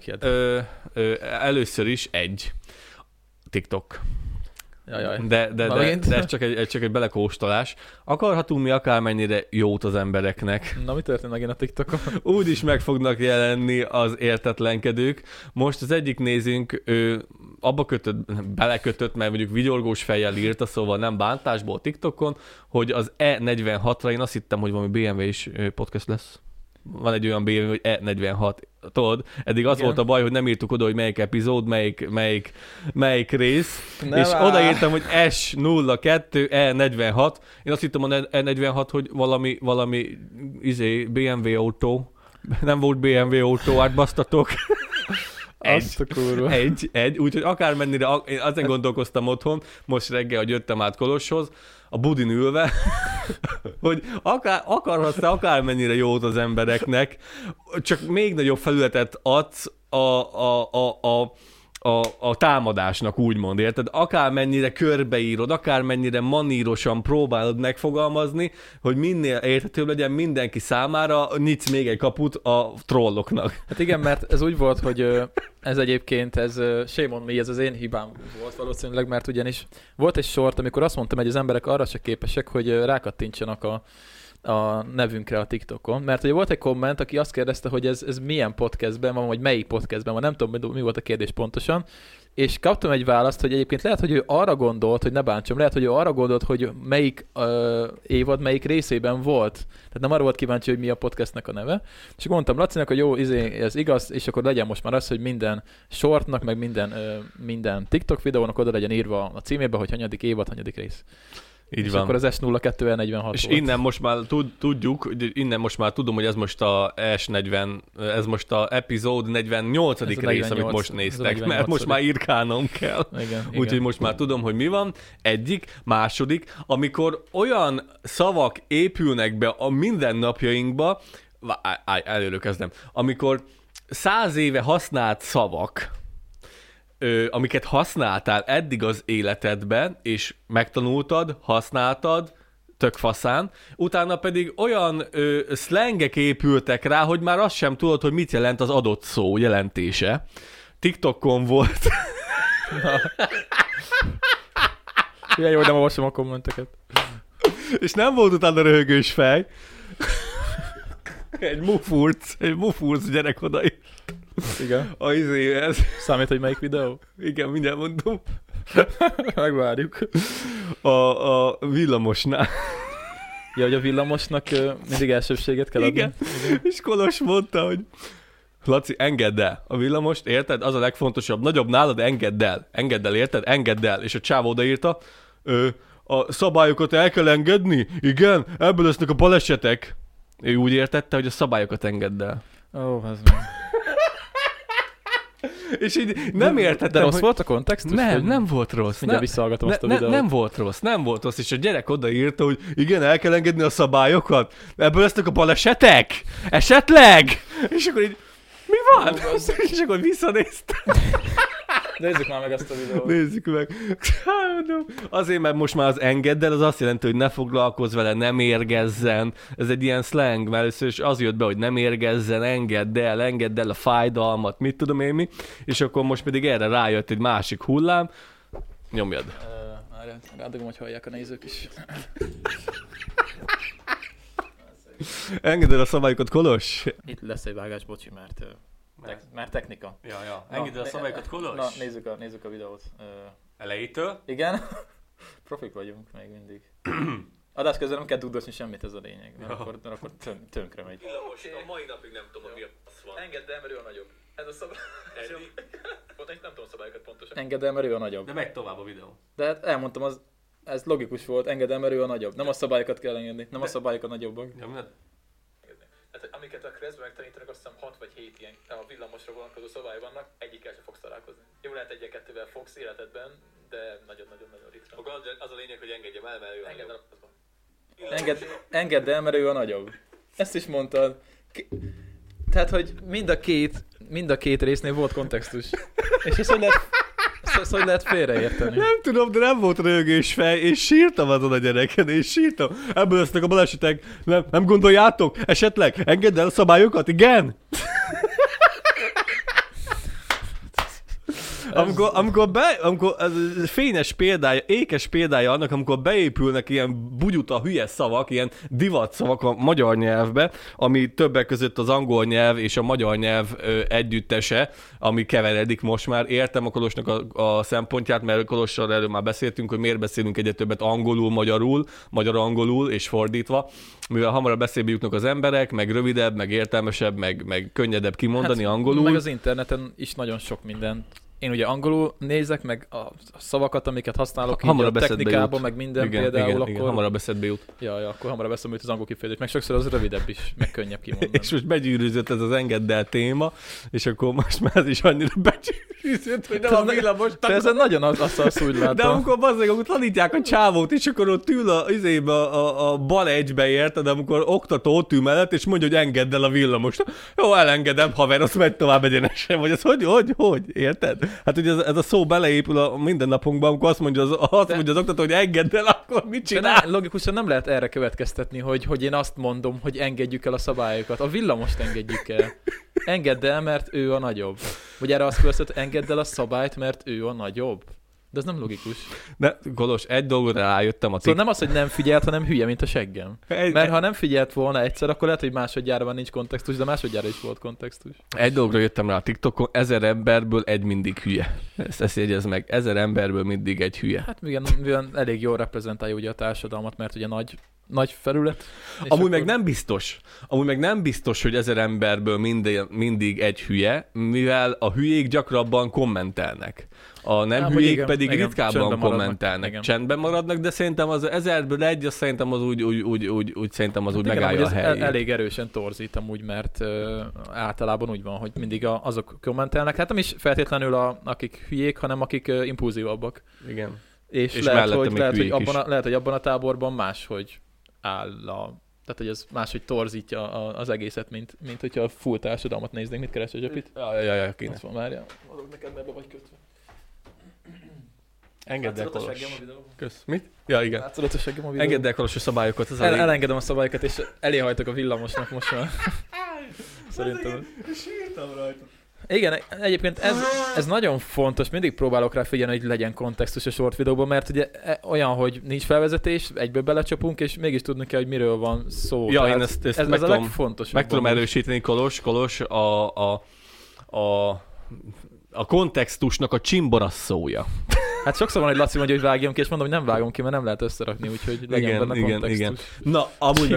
Speaker 2: Először is TikTok.
Speaker 1: Jaj.
Speaker 2: De ez csak egy belekóstolás. Akarhatunk mi akármennyire jót az embereknek.
Speaker 1: Na, mi történt megint a TikTokon?
Speaker 2: Úgy is meg fognak jelenni az értetlenkedők. Most az egyik nézőnk abba belekötött, mert mondjuk vigyorgós fejjel írta, szóval nem bántásból TikTokon, hogy az E46-ra, én azt hittem, hogy valami BMW-s podcast lesz. Van egy olyan BMW, hogy E46, tudod? Eddig az volt a baj, hogy nem írtuk oda, hogy melyik epizód, melyik rész, és odaírtam, hogy S02 E46. Én azt hittem, hogy E46, hogy valami BMW autó. Nem volt BMW autó, átbasztatok. Egy. Úgyhogy akármennyire, én azért gondolkoztam otthon, most reggel, hogy jöttem át Koloshoz, a budin ülve, hogy akarhatsz akármennyire jót az embereknek, csak még nagyobb felületet adsz a támadásnak, úgymond, érted? Akármennyire körbeírod, akármennyire manírosan próbálod megfogalmazni, hogy minél érthetőbb legyen mindenki számára, nyitsz még egy kaput a trolloknak.
Speaker 1: Hát igen, mert ez úgy volt, hogy ez egyébként, shame on me, ez az én hibám volt valószínűleg, mert ugyanis volt egy sort, amikor azt mondtam, hogy az emberek arra se képesek, hogy rákattintsanak a nevünkre a TikTokon, mert ugye volt egy komment, aki azt kérdezte, hogy ez milyen podcastben van, vagy melyik podcastben van, nem tudom, mi volt a kérdés pontosan, és kaptam egy választ, hogy egyébként lehet, hogy ő arra gondolt, hogy ne bántsam, lehet, hogy ő arra gondolt, hogy melyik évad, melyik részében volt. Tehát nem arra volt kíváncsi, hogy mi a podcastnek a neve. És mondtam Lacinak, hogy jó, ez igaz, és akkor legyen most már az, hogy minden shortnak, meg minden TikTok videónak oda legyen írva a címébe, hogy hanyadik évad, hanyadik rész.
Speaker 2: Így
Speaker 1: és
Speaker 2: van.
Speaker 1: akkor az S02-46
Speaker 2: és
Speaker 1: volt.
Speaker 2: Innen most már innen most már tudom, hogy ez most a S40, ez most a epizód 48. rész, amit most néztek, mert most már írkálnom kell. Úgyhogy most már tudom, hogy mi van. Második, amikor olyan szavak épülnek be a mindennapjainkba, előről kezdem, amikor 100 éve használt szavak, amiket használtál eddig az életedben, és megtanultad, használtad, tök faszán, utána pedig olyan szlengek épültek rá, hogy már azt sem tudod, hogy mit jelent az adott szó jelentése. TikTokon volt.
Speaker 1: Ilyen jó, nem olvasom a kommenteket.
Speaker 2: És nem volt utána röhögős fej. Egy mufurc gyerek odaírt.
Speaker 1: Igen.
Speaker 2: A izéhez.
Speaker 1: Számít, hogy melyik videó?
Speaker 2: Igen, mindjárt mondom.
Speaker 1: Megvárjuk.
Speaker 2: A villamosnál.
Speaker 1: Ja, hogy a villamosnak mindig elsőbséget kell adni.
Speaker 2: Igen. És Kolos mondta, hogy Laci, engedd el a villamost, érted? Az a legfontosabb. Nagyobb nálad, engedd el. Engedd el, érted? Engedd el. És a csávó odaírta, a szabályokat el kell engedni? Igen, ebből lesznek a balesetek. Ő úgy értette, hogy a szabályokat engedd el.
Speaker 1: Ó, ez nem.
Speaker 2: És így nem értettem,
Speaker 1: de rossz volt a kontextus?
Speaker 2: Nem volt rossz.
Speaker 1: Mindjárt visszahallgatom azt a videót.
Speaker 2: Nem volt rossz. És a gyerek odaírta, hogy igen, el kell engedni a szabályokat. Ebből lesznek a balesetek? Esetleg? És akkor így, mi van? És akkor visszanéztem.
Speaker 1: Nézzük már meg ezt a videót.
Speaker 2: Nézzük meg. Azért, mert most már az engeddel, az azt jelenti, hogy ne foglalkozz vele, nem érgezzen. Ez egy ilyen slang, mert először is az jött be, hogy nem érgezzen, engedd el a fájdalmat, mit tudom én mi. És akkor most pedig erre rájött egy másik hullám. Nyomjad.
Speaker 1: Rádugom, hogy hallják a nézők is.
Speaker 2: Engedd el a szabályokat, Kolos.
Speaker 1: Itt lesz egy vágás, bocsi, mert technika.
Speaker 2: Ja. Engedd el a szabályokat, Kolos.
Speaker 1: Na, nézzük a videót.
Speaker 2: Elejétől?
Speaker 1: Igen. Profik vagyunk még mindig. Adás közben nem kell tudosni semmit, ez a lényeg, mert akkor tönkre megy.
Speaker 2: A mai napig nem tudom, mi a fasz van.
Speaker 1: Engedd el, mert ő a nagyobb. Ez a szabály. Nem tudom szabályokat pontosan. Engedd el, mert ő a nagyobb.
Speaker 2: De megy tovább a videó.
Speaker 1: De hát elmondtam, ez logikus volt, engedd el, mert ő a nagyobb. Nem a szabályokat kell engedni, nem a szabályok a nagyobbak. Hát, amiket a Kreszben megtanítanak, azt hiszem 6 vagy 7 ilyen a villamosra vonatkozó szabály vannak, egyikkel sem fogsz találkozni. Jó, lehet egy-kettővel fogsz életedben, de nagyon-nagyon ritka.
Speaker 2: Az a lényeg, hogy engedjem el, mert ő a
Speaker 1: nagyobb. Engedd el, mert ő a nagyobb. Ezt is mondtad. Tehát, hogy mind a két résznél volt kontextus. És ezt hogy lehet félreérteni?
Speaker 2: Nem tudom, de nem volt rögős fej, és sírtam azon a gyereken, és sírtam. Ebből lesznek a balesetek. Nem gondoljátok? Esetleg? Engedd el a szabályokat? Igen? Amikor fényes példája, ékes példája annak, amikor beépülnek ilyen bugyuta hülye szavak, ilyen divat szavak a magyar nyelvbe, ami többek között az angol nyelv és a magyar nyelv együttese, ami keveredik most már. Értem a Kolosnak a szempontját, mert Kolossal erről már beszéltünk, hogy miért beszélünk egyre többet angolul, magyar-angolul és fordítva, mivel hamarabb eszébe jutnak az emberek, meg rövidebb, meg értelmesebb, meg könnyedebb kimondani angolul.
Speaker 1: Meg az interneten is nagyon sok minden. Én ugye angolul nézek, meg a szavakat, amiket használok így a technikában, meg minden
Speaker 2: igen,
Speaker 1: például,
Speaker 2: igen, akkor... hamarabb eszedbe jut.
Speaker 1: Ja, akkor hamarabb eszembe jut az angol kifejezés, meg sokszor az rövidebb is, meg könnyebb kimondani.
Speaker 2: És most begyűrűzött ez az engedd el téma, és akkor most már ez is annyira begyűrűzött, hogy nem a villamos.
Speaker 1: De ezen nagyon azt úgy látom.
Speaker 2: De amikor bazdmeg, akkor tanítják a csávót, és akkor ott ül a bal egybe, érted, amikor oktató ott ül mellett, és mondja, hogy engedd el a villamost. Jó, elengedem, haver, azt megy tovább egyenesen, vagy ez hogy, érted? Hát ugye ez a szó beleépül a mindennapunkban, amikor azt mondja az oktató, hogy engedd el, akkor mit csinál?
Speaker 1: Logikusan nem lehet erre következtetni, hogy én azt mondom, hogy engedjük el a szabályokat. A villamost engedjük el. Engedd el, mert ő a nagyobb. Vagy erre azt következtet, engedd el a szabályt, mert ő a nagyobb. De ez nem logikus.
Speaker 2: De Kolos, egy dolgot rájöttem a
Speaker 1: Szóval nem az, hogy nem figyelt, hanem hülye, mint a seggem. Mert ha nem figyelt volna egyszer, akkor lehet, hogy másodjára van nincs kontextus, de másodjára is volt kontextus.
Speaker 2: Egy dologra jöttem rá a TikTokon, 1000 emberből egy mindig hülye. Ezt jegyezd meg, 1000 emberből mindig egy hülye.
Speaker 1: Hát mivel elég jól reprezentálja ugye a társadalmat, mert ugye nagy felület.
Speaker 2: Amúgy meg nem biztos, hogy 1000 emberből mindig egy hülye, mivel a hülyék gyakrabban kommentelnek. A nem hülyék igen, pedig igen, ritkábban kommentelnek. Igen. Csendben maradnak, de szerintem az 1000-ből egy, azt szerintem az úgy szerintem az úgy igen, megállja a helyét.
Speaker 1: Elég erősen torzít amúgy, mert általában úgy van, hogy mindig azok kommentelnek. Hát nem is feltétlenül akik hülyék, hanem akik impulzívabbak.
Speaker 2: Igen.
Speaker 1: És lehet, hogy abban a táborban máshogy áll tehát, hogy ez máshogy torzítja az egészet, mint hogyha a full társadalmat néznénk. Mit keres a zsepit?
Speaker 2: Ja, kéne.
Speaker 1: Azt van, várjál. Adok neked, mert be vagy kötve.
Speaker 2: Engedd el, Kolos. Kösz. Mit? Ja, igen.
Speaker 1: Látszolod a seggem a videó?
Speaker 2: Engedd el, Kolos, a szabályokat.
Speaker 1: Elengedem a szabályokat, és eléhajtok a villamosnak most már. Szerintem.
Speaker 2: Sírtam rajta.
Speaker 1: Igen, egyébként ez nagyon fontos, mindig próbálok rá figyelni, hogy legyen kontextus a short videóban, mert ugye olyan, hogy nincs felvezetés, egyből belecsapunk, és mégis tudni kell, hogy miről van szó.
Speaker 2: Ja, én ezt
Speaker 1: ez a legfontosabb.
Speaker 2: Meg tudom erősíteni, Kolos, a kontextusnak a csimborasszója.
Speaker 1: Hát sokszor van, hogy Laci mondja, hogy vágjam ki, és mondom, hogy nem vágom ki, mert nem lehet összerakni, úgyhogy legyen benne kontextus.
Speaker 2: Igen. Na, amúgy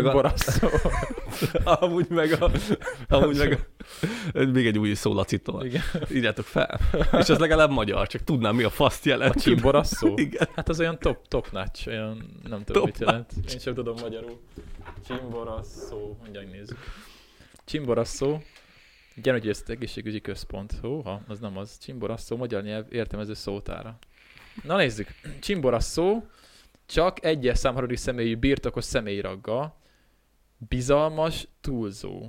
Speaker 2: meg még egy új szó Lacitól. Írjátok fel. És ez legalább magyar, csak tudnám, mi a faszt jelent.
Speaker 1: A csimborasszó? Igen. Hát az olyan top notch, olyan nem tudom, mit jelent. Én sem tudom magyarul. Csimborasszó, mondják nézzük. Csimborasszó. Gyermekgyógyászati Egészségügyi Központ. Hóha, az nem az. Csimborasszó, magyar nyelv értelmező szótára. Na nézzük. Csimborasszó csak egyes számharmadik személyű birtokos személyraggal. Bizalmas túlzó.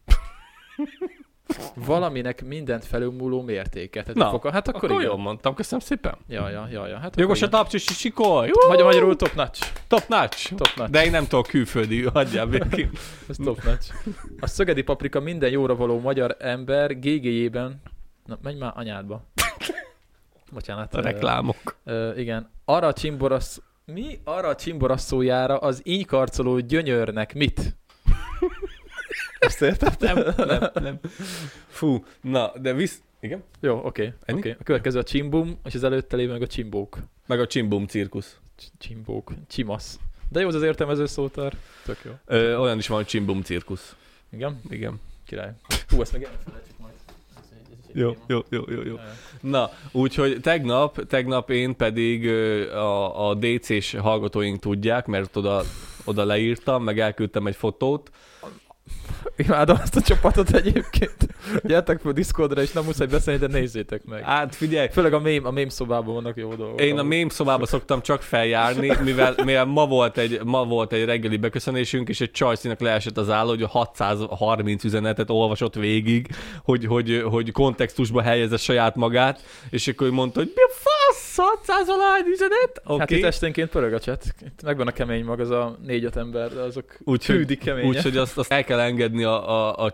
Speaker 1: Valaminek mindent felülmúló mértéket.
Speaker 2: Na, hát akkor jól mondtam, köszönöm szépen.
Speaker 1: Ja. Hát
Speaker 2: jogos a taps és sikoly.
Speaker 1: Magyarul top notch.
Speaker 2: Top notch. De én nem tudok külföldi, hagyjál végig.
Speaker 1: Ez top notch. A szögedi paprika minden jóra való magyar ember GG-jében... Na, menj már anyádba. Bocsánat.
Speaker 2: A reklámok.
Speaker 1: Igen. Arra a csimborasszójára az ínykarcoló gyönyörnek mit? Ezt értettem?
Speaker 2: Nem. Fú, na, de igen?
Speaker 1: Jó, oké. A következő a csimbum, és az előtte lévő meg a csimbók.
Speaker 2: Meg a csimbum cirkusz.
Speaker 1: Csimbók. Csimasz. De jó az értelmező szótár. Tök jó.
Speaker 2: Olyan is van, hogy csimbum cirkusz.
Speaker 1: Igen. Király. Hú, ezt meg elfelejtjük majd.
Speaker 2: Jó. Na, úgyhogy tegnap én pedig a DC-s hallgatóink tudják, mert oda leírtam, meg elküldtem egy fotót.
Speaker 1: Imádom azt a csapatot egyébként. Gyertek fel Discordra, és nem muszáj beszélni, de nézzétek meg.
Speaker 2: Hát figyelj.
Speaker 1: Főleg a mém szobában vannak jó dolgok.
Speaker 2: Én a mém szobában szoktam csak feljárni, mivel ma volt egy reggeli beköszönésünk, és egy csajszínak leesett az álló, hogy a 630 üzenetet olvasott végig, hogy kontextusba helyezze saját magát, és akkor mondta, hogy mi a fasz, 600 alány üzenet? Okay.
Speaker 1: Hát itt esténként pörög a chat. Itt megvan a kemény mag, az a 4-5 ember, de azok fűdik kemények.
Speaker 2: Úgyhogy azt el kell engedni a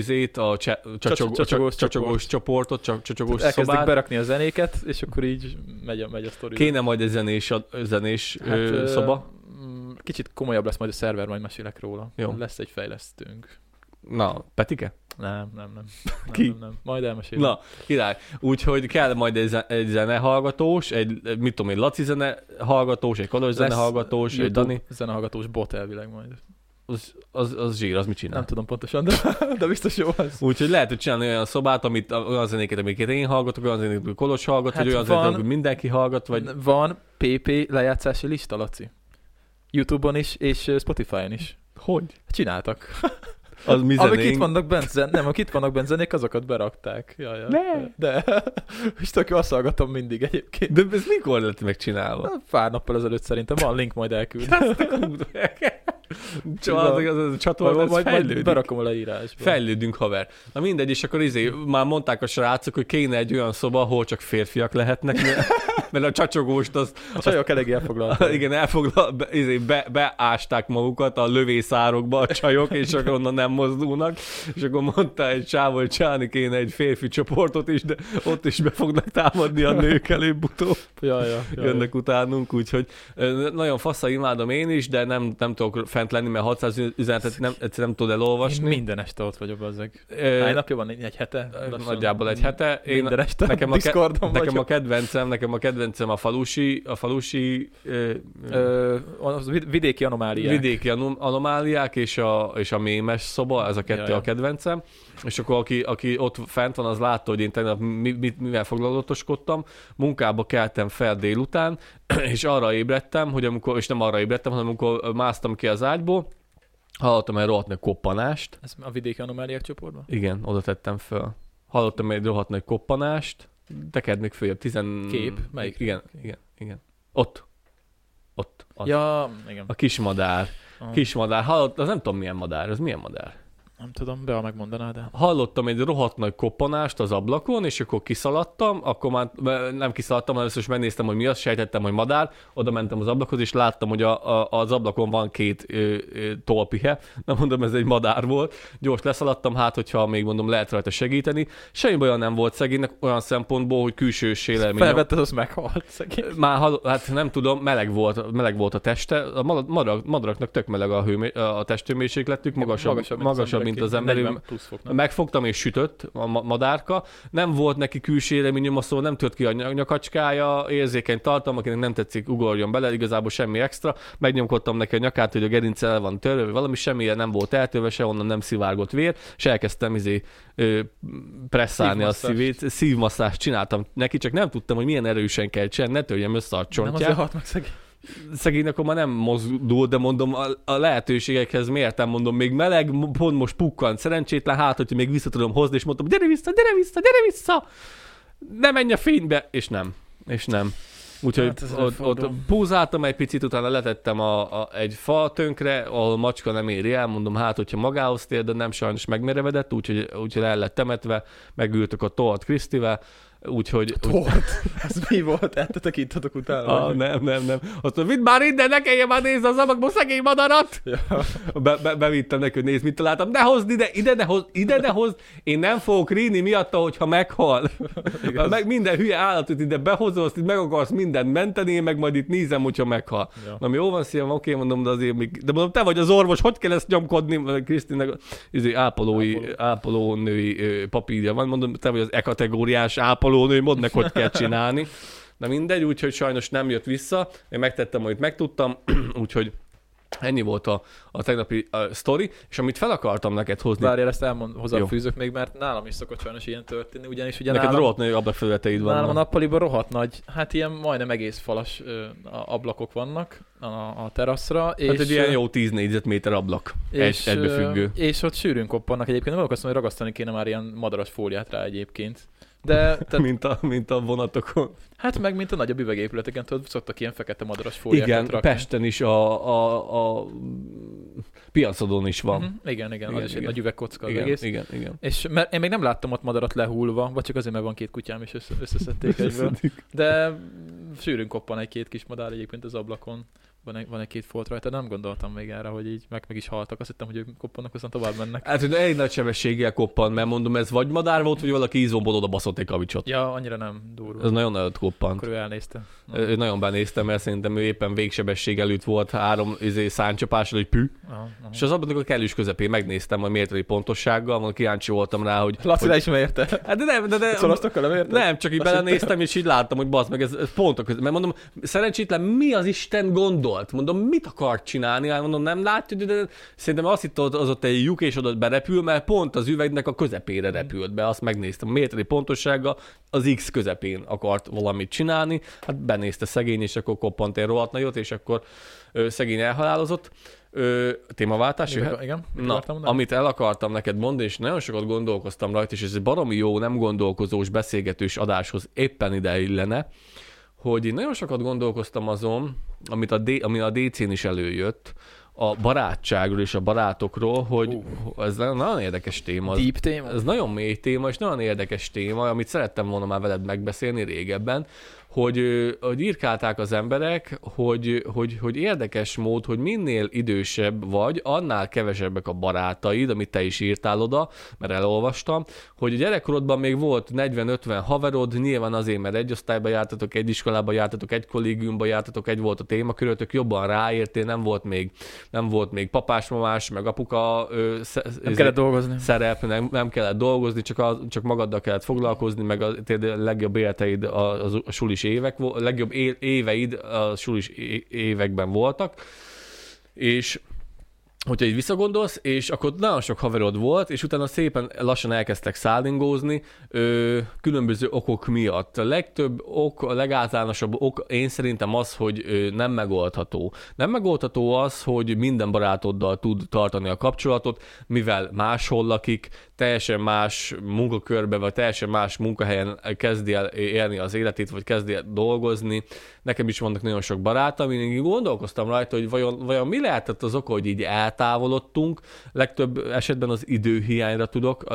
Speaker 2: csacsogós csoportot, csacsogós szobát.
Speaker 1: Elkezdik berakni a zenéket, és akkor így megy a sztori.
Speaker 2: Kéne majd egy zenés szoba?
Speaker 1: Kicsit komolyabb lesz majd a szerver, majd mesélek róla.
Speaker 2: Jó.
Speaker 1: Lesz egy fejlesztőnk.
Speaker 2: Na, Petike?
Speaker 1: Nem.
Speaker 2: Ki?
Speaker 1: Nem. Majd elmesélem.
Speaker 2: Na, király. Úgyhogy kell majd egy zenehallgatós, mit tudom én, Laci zenehallgatós, egy Kolos zenehallgatós, egy Dani.
Speaker 1: Zenehallgatós bot elvileg majd.
Speaker 2: Az zsír, az mit csinál?
Speaker 1: Nem tudom pontosan, de biztos jó az.
Speaker 2: Úgyhogy lehet, hogy csinálni olyan szobát, olyan zenéket, amiket én hallgatok, olyan zenéket, amit Kolos hallgat, vagy olyan zenéket, amit mindenki hallgat, vagy...
Speaker 1: Van PP lejátszási lista, Laci. YouTube-on is, és Spotify-on is.
Speaker 2: Hogy?
Speaker 1: Csináltak.
Speaker 2: Az mi zenénk?
Speaker 1: Amik itt vannak bent zenék, azokat berakták. Ja. De. És tök jó, azt hallgatom mindig egyébként.
Speaker 2: De ez mikor lett megcsinálva?
Speaker 1: Pár nappal ezelőtt szerintem. Van link, majd elküld.
Speaker 2: A csatorna fejlődik.
Speaker 1: Berakom a leírásba.
Speaker 2: Fejlődünk, haver. Na mindegy, és akkor már mondták a srácok, hogy kéne egy olyan szoba, ahol csak férfiak lehetnek, mert a csacsogóst az...
Speaker 1: A csajok elég elfoglaltak.
Speaker 2: Igen, beásták magukat a lövészárokba a csajok, és akkor onnan nem mozdulnak, és akkor mondta egy csávó, hogy csinálni kéne egy férfi csoportot is, de ott is be fognak támadni a nők előbb-utóbb. Jönnek utánunk, úgyhogy nagyon faszal imádom én is, de nem tudok fent lenni, mert 600 üzenetet nem tudod elolvasni.
Speaker 1: Én minden este ott vagyok, bazzeg. Hány napja van? Egy hete?
Speaker 2: Nagyjából egy hete.
Speaker 1: Minden este
Speaker 2: nekem a kedvencem a falusi
Speaker 1: vidéki anomáliák.
Speaker 2: Vidéki anomáliák és a mémes szoba, ez a kettő a kedvencem. És akkor aki ott fent van, az látta, hogy én tegnap mivel foglalatoskodtam. Munkába keltem fel délután, és arra ébredtem, és nem arra ébredtem, hanem amikor másztam ki az ágyból, hallottam egy rohadt nagy koppanást.
Speaker 1: Ez a vidéki anomáliák csoportban?
Speaker 2: Igen, oda tettem föl. Hallottam egy rohadt nagy koppanást, tekerd még följebb,
Speaker 1: Kép? Melyik?
Speaker 2: Igen. Ott. Az.
Speaker 1: Ja, igen.
Speaker 2: A kismadár. Kismadár. Hallott, az nem tudom milyen madár. Az milyen madár?
Speaker 1: Nem tudom, be megmondanád el.
Speaker 2: Hallottam egy rohadt nagy koppanást az ablakon, és akkor kiszaladtam, akkor már nem kiszaladtam, hanem először is megnéztem, hogy mi az, sejtettem, hogy madár, oda mentem az ablakhoz, és láttam, hogy az ablakon van 2 tollpihe, nem mondom, ez egy madár volt, gyors leszaladtam, hogyha még mondom, lehet rajta segíteni. Semmi olyan nem volt szegénynek, olyan szempontból, hogy külső sérelmény.
Speaker 1: Felvetted, az meghalt szegény.
Speaker 2: Már hát nem tudom, meleg volt a teste, a madaraknak tök meleg a testhőmérsékletük, magasabb mint az ember. Megfogtam és sütött a madárka. Nem volt neki külső élményom, szóval nem tört ki a nyakacskája, érzékeny tartalom, akinek nem tetszik, ugorjon bele, igazából semmi extra. Megnyomkodtam neki a nyakát, hogy a gerince el van törve, valami semmilyen nem volt eltörve, se onnan nem szivárgott vér, és elkezdtem presszálni a szívét. Szívmasszást csináltam neki, csak nem tudtam, hogy milyen erősen kell csinálni, ne törjem össze a csontját.
Speaker 1: Nem azért halt meg szegény.
Speaker 2: szegény akkor már nem mozdul, de mondom, a lehetőségekhez mértem, mondom, még meleg, pont most pukkant, szerencsétlen, hát, hogyha még vissza tudom hozni, és mondtam, gyere vissza, ne menj a fénybe, és nem. Úgyhogy hát ott púzáltam egy picit, utána letettem egy fa tönkre, ahol macska nem éri el, mondom, hát, hogyha magához tér, de nem sajnos megmerevedett, úgyhogy el lett temetve, megültök a Tolt Krisztivel, úgyhogy...
Speaker 1: Tolt? Ez mi volt? Ettetek ittatok utána?
Speaker 2: Nem. Azt mondom, vidd már innen, ne kelljen már nézni az ablakból szegény madarat! Ja. Bevittem neki, hogy nézd, mit találtam. Ne hozd ide ne hozd! Én nem fogok ríni miatta, hogyha meghal. Meg minden hülye állatot ide behozol, azt itt meg akarsz mindent menteni, én meg majd itt nézem, hogyha meghal. Ja. Na, jó van, szívem, oké, mondom, de azért még... De mondom, te vagy az orvos, hogy kell ezt nyomkodni? Krisztinek ápolónői papírja van, mondom, te vagy az E-kategóriás ápolónő, mondd meg, hogy kell csinálni. Na mindegy, úgyhogy sajnos nem jött vissza. Én megtettem, amit megtudtam, úgyhogy ennyi volt a tegnapi sztori, és amit fel akartam neked hozni...
Speaker 1: Várjál, ezt hozzáfűzök még, mert nálam is szokott sajnos ilyen történni, ugyanis ugye
Speaker 2: neked rohadt nagy ablakfelületeid vannak.
Speaker 1: Nálam a nappaliban rohadt nagy, hát ilyen majdnem egész falas ablakok vannak a teraszra.
Speaker 2: Hát egy ilyen jó 10 négyzetméter ablak, egybefüggő.
Speaker 1: És ott sűrűn koppannak egyébként, nem azt hogy ragasztani kéne már ilyen madaras fóliát rá egyébként.
Speaker 2: Mint a vonatokon.
Speaker 1: Hát meg mint a nagyobb üvegépületeken, tudod, szoktak ilyen fekete madaras fóliákat
Speaker 2: rakni.
Speaker 1: Igen,
Speaker 2: Pesten is a piacodon is van.
Speaker 1: Uh-huh. Igen, az is egy nagy üvegkocka az egész.
Speaker 2: Igen.
Speaker 1: És én még nem láttam ott madarat lehúlva, vagy csak azért, mert van 2 kutyám, és összeszedték egyből. De sűrűn koppan egy-két kis madár egyébként az ablakon. Van egy-két folt rajta, nem gondoltam még erre, hogy így meg is haltak. Azt hittem, hogy ők koppannak, aztán tovább mennek.
Speaker 2: Hát, hogy egy nagy sebességgel koppan, mert mondom, ez vagy madár volt, vagy valaki ízomból oda baszott egy kavicsot.
Speaker 1: Ja, annyira nem durva.
Speaker 2: Ez nagyon nagyot koppant.
Speaker 1: Akkor ő elnézte.
Speaker 2: Ő nagyon benéztem, mert szerintem ő éppen végsebesség előtt volt 3 száncsapással, hogy pü. Aha. És az abban a kellős közepén megnéztem a mérteli pontossággal, van kíváncsi voltam rá, hogy...
Speaker 1: Laci, le is mérte.
Speaker 2: Hát de
Speaker 1: Szoroztokkal nem érte?
Speaker 2: Nem, csak így belenéztem, és így láttam, hogy bazd meg, ez pontok között. Mert mondom, szerencsétlen mi az Isten gondolt? Mondom, mit akart csinálni? Mondom, nem látja, de szerintem azt hitt, az ott egy lyuk, és oda berepül, mert pont az üvegnek a közepére repült be. Azt megnéztem. A mérteli pontossággal az X közepén akart valamit csinálni. Hát benézte szegény, és akkor koppant egy rohadt nagyot, és akkor szegény elhalálozott. Témaváltás jöhet?
Speaker 1: Igen.
Speaker 2: Na, amit el akartam neked mondani, és nagyon sokat gondolkoztam rajta, és ez egy baromi jó, nem gondolkozós, beszélgetős adáshoz éppen ide illene, hogy én nagyon sokat gondolkoztam azon, ami a DC-n is előjött, a barátságról és a barátokról, hogy ez nagyon érdekes téma.
Speaker 1: Deep téma?
Speaker 2: Ez nagyon mély téma, és nagyon érdekes téma, amit szerettem volna már veled megbeszélni régebben, hogy írkálták az emberek, hogy érdekes mód, hogy minél idősebb vagy, annál kevesebbek a barátaid, amit te is írtál oda, mert elolvastam, hogy a gyerekkorodban még volt 40-50 haverod, nyilván azért, mert egy osztályba jártatok, egy iskolába jártatok, egy kollégiumba jártatok, egy volt a témakörötök, jobban ráértél, nem volt még papás-mamás, meg apuka
Speaker 1: nem kellett dolgozni.
Speaker 2: Szerep, nem kellett dolgozni, csak magaddal kellett foglalkozni, meg a legjobb életeid a sulis évek, a legjobb éveid a sulis években voltak, és hogyha így visszagondolsz, és akkor nagyon sok haverod volt, és utána szépen lassan elkezdtek szállingózni különböző okok miatt. A legtöbb ok, a legáltalánosabb ok én szerintem az, hogy nem megoldható. Nem megoldható az, hogy minden barátoddal tud tartani a kapcsolatot, mivel máshol lakik, teljesen más munkakörbe, vagy teljesen más munkahelyen kezdi el élni az életét, vagy kezdi el dolgozni. Nekem is vannak nagyon sok barátom, én gondolkoztam rajta, hogy vajon mi lehetett az oka, hogy így eltávolodtunk. Legtöbb esetben az időhiányra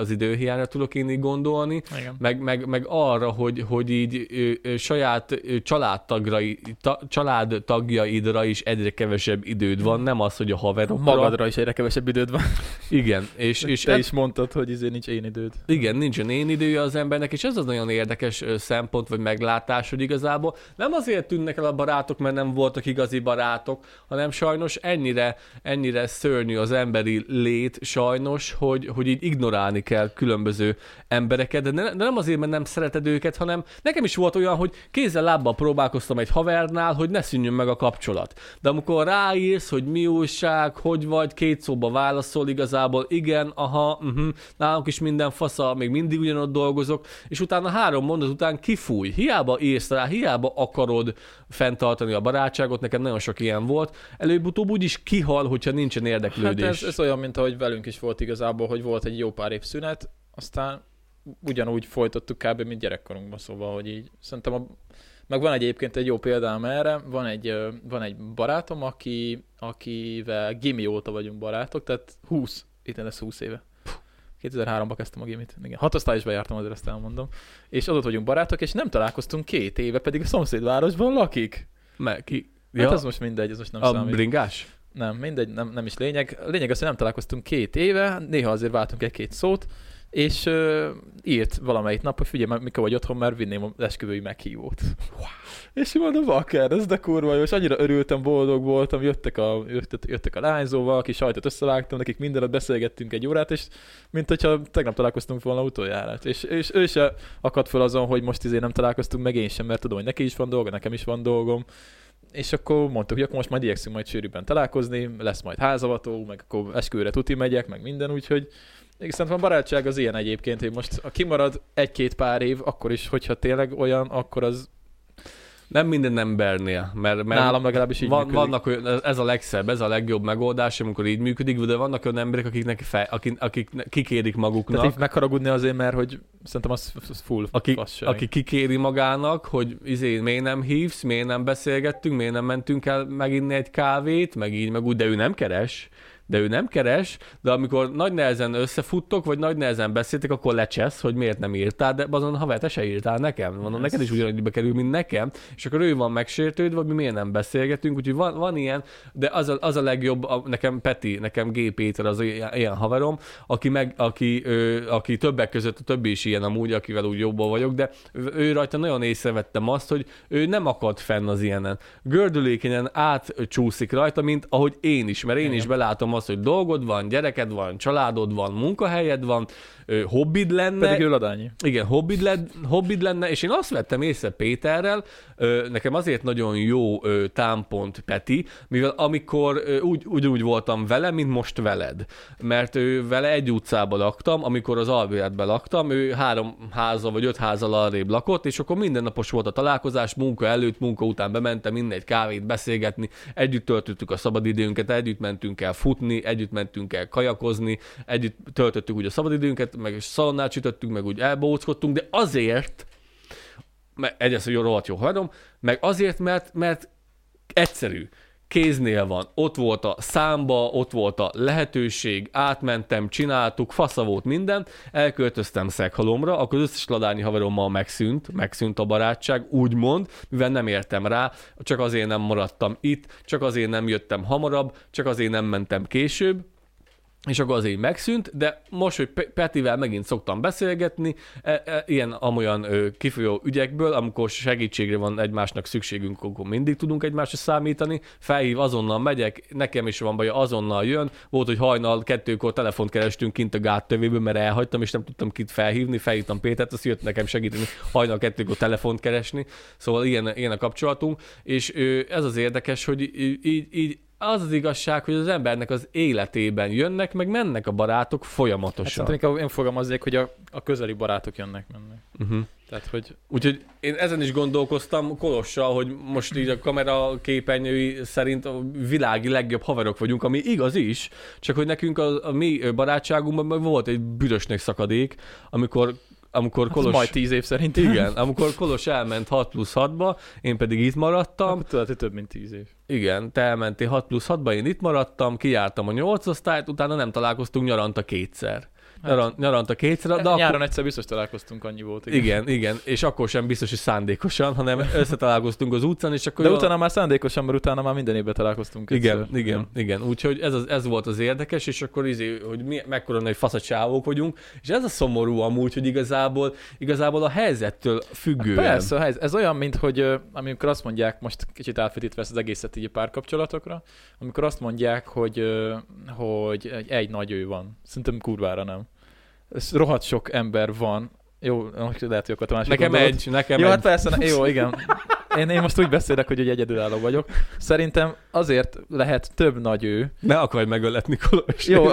Speaker 2: tudok én így gondolni, meg arra, hogy így saját családtagjaidra is egyre kevesebb időd van, nem az, hogy a haverokra.
Speaker 1: Magadra is egyre kevesebb időd van.
Speaker 2: Igen. És
Speaker 1: te is mondtad, hogy nincs én időd.
Speaker 2: Igen, nincsen én idője az embernek, és ez az nagyon érdekes szempont, vagy meglátás, hogy igazából nem azért tűnnek el a barátok, mert nem voltak igazi barátok, hanem sajnos ennyire szörnyű az emberi lét sajnos, hogy így ignorálni kell különböző embereket, de nem azért, mert nem szereted őket, hanem nekem is volt olyan, hogy kézzel-lábbal próbálkoztam egy havernál, hogy ne szűnjön meg a kapcsolat. De amikor ráírsz, hogy mi újság, hogy vagy, 2 szóba válaszol igazából, igen, aha, nálunk is minden fasza, még mindig ugyanott dolgozok, és utána 3 mondat után kifúj. Hiába írsz rá, hiába akarod fenntartani a barátságot, nekem nagyon sok ilyen volt. Előbb-utóbb úgyis kihal, hogyha nincsen érdeklődés.
Speaker 1: Hát ez olyan, mint ahogy velünk is volt igazából, hogy volt egy jó pár év szünet, aztán ugyanúgy folytattuk kb. Mint gyerekkorunkban, szóval, hogy így szerintem meg van egyébként egy jó példám erre, van egy barátom, akivel gimi óta vagyunk barátok, tehát itt lesz 20 éve. 2003-ban kezdtem a gimit. Igen, 6 osztályosban jártam, azért ezt elmondom. És ott vagyunk barátok, és nem találkoztunk 2 éve, pedig a szomszédvárosban lakik.
Speaker 2: Hát
Speaker 1: ez most mindegy, ez most nem
Speaker 2: számít. A bringás?
Speaker 1: Nem, mindegy, nem is lényeg. A lényeg az, hogy nem találkoztunk 2 éve, néha azért váltunk 1-2 szót, és írt valamelyik nap, hogy figyelj, mikor vagy otthon, mert vinném az esküvői meghívót. Wow. És mondom, bakker, ez de kurva jó, és annyira örültem, boldog voltam, jöttek a lányzóval, aki sajtot összevágtam, nekik mindenet beszélgettünk 1 órát, és mint hogyha tegnap találkoztunk volna utoljára. És ő se akadt fel azon, hogy most nem találkoztunk, meg én sem, mert tudom, hogy neki is van dolga, nekem is van dolgom. És akkor mondtuk, hogy akkor most majd igyekszünk majd sűrűbben találkozni, lesz majd házavató, meg akkor esküvőre tuti megyek, meg minden, úgyhogy szerintem a barátság az ilyen egyébként, hogy most ha kimarad 1-2 pár év, akkor is, hogyha tényleg olyan, akkor az
Speaker 2: nem minden embernél, mert
Speaker 1: nálam legalábbis így működik.
Speaker 2: Vannak ez a legszebb, ez a legjobb megoldás, amikor így működik, de vannak olyan emberek, akik kikérik maguknak.
Speaker 1: Tehát így megharagudni azért, mert hogy szerintem az full fasság.
Speaker 2: Aki kikéri magának, hogy miért nem hívsz, miért nem beszélgettünk, miért nem mentünk el meginni egy kávét, meg így, meg úgy, de ő nem keres, de amikor nagy nehezen összefuttok, vagy nagy nehezen beszéltek, akkor lecsesz, hogy miért nem írtál, de azon haver, te se írtál nekem. Mondom, neked is ugyanúgy bekerül, mint nekem, és akkor ő van megsértődve, vagy mi miért nem beszélgetünk, úgyhogy van ilyen, de az a legjobb, nekem Peti, nekem G. Péter az ilyen haverom, aki többek között, a többi is ilyen amúgy, akivel úgy jobban vagyok, de ő rajta nagyon észrevettem azt, hogy ő nem akad fenn az ilyenen. Gördülékenyen átcsúszik rajta, mint ahogy én is, mert én is belátom az, hogy dolgod van, gyereked van, családod van, munkahelyed van, hobbid lenne.
Speaker 1: Pedig ő ladányi.
Speaker 2: Igen, hobbid lenne, és én azt vettem észre Péterrel, nekem azért nagyon jó támpont Peti, mivel amikor úgy voltam vele, mint most veled. Mert vele egy utcában laktam, amikor az Albéletben laktam, ő 3 házzal vagy 5 házzal arrébb lakott, és akkor mindennapos volt a találkozás, munka előtt, munka után bementem egy kávét beszélgetni, együtt töltöttük a szabadidőnket, együtt mentünk el futni, együtt mentünk el kajakozni, együtt töltöttük úgy a szabadidőnket, meg szalonnát sütöttünk, meg úgy elbóckodtunk, de azért, egyrészt, hogy rohadt jó haverom, meg azért, mert egyszerű. Kéznél van, ott volt a számba, ott volt a lehetőség, átmentem, csináltuk, fasza volt minden, elköltöztem Szeghalomra, akkor az összes ladányi haverommal megszűnt a barátság, úgymond, mivel nem értem rá, csak azért nem maradtam itt, csak azért nem jöttem hamarabb, csak azért nem mentem később, és akkor azért megszűnt, de most, hogy Petivel megint szoktam beszélgetni, ilyen-amolyan kifolyó ügyekből, amikor segítségre van egymásnak szükségünk, akkor mindig tudunk egymásra számítani, felhív, azonnal megyek, nekem is van baja, azonnal jön, volt, hogy hajnal 2-kor telefont kerestünk kint a gáttövéből, mert elhagytam, és nem tudtam kit felhívni, felhívtam Pétert, azt jött nekem segíteni, hajnal 2-kor telefont keresni, szóval ilyen a kapcsolatunk, és ez az érdekes, hogy így az az igazság, hogy az embernek az életében jönnek, meg mennek a barátok folyamatosan.
Speaker 1: Hát szerintem én fogalmaznék, hogy a közeli barátok jönnek-mennek.
Speaker 2: Uh-huh.
Speaker 1: Tehát, hogy...
Speaker 2: Úgyhogy én ezen is gondolkoztam Kolossal, hogy most így a kamera képernyői szerint a világi legjobb haverok vagyunk, ami igaz is, csak hogy nekünk a mi barátságunkban volt egy büdösnek szakadék, amikor Kolos...
Speaker 1: majd 10 év szerint.
Speaker 2: Igen, amikor Kolos elment 6+6-ba, én pedig itt maradtam.
Speaker 1: Akkor tudod, hogy több mint 10 év.
Speaker 2: Igen, te elmentél 6+6-ba, én itt maradtam, kijártam a 8 osztályt, utána nem találkoztunk nyaranta 2-szer. Nyaranta 2-szer. De
Speaker 1: nyáron egyszer biztos találkoztunk, annyi volt.
Speaker 2: Igen, és akkor sem biztos, hogy szándékosan, hanem összetalálkoztunk az utcán, és akkor...
Speaker 1: De utána már szándékosan, mert utána már minden évben találkoztunk.
Speaker 2: Igen. Úgyhogy ez volt az érdekes, és akkor hogy mekkora nagy faszacsávók vagyunk, és ez a szomorú amúgy, hogy igazából a helyzettől függően.
Speaker 1: Persze, ez olyan, mint hogy amikor azt mondják, most kicsit átfedítve ezt az egészet így a párkapcsolatokra, amikor azt mondják, hogy egy nagy ő van. Szerintem kurvára nem. Rohadt sok ember van. Jó, lehet, hogy akkor Tamás
Speaker 2: nekem egy.
Speaker 1: Jó, hát persze, jó, igen. én most úgy beszélek, hogy egyedülálló vagyok. Szerintem azért lehet több nagy ő.
Speaker 2: Ne akarj megöletni, Kolos.
Speaker 1: Jó,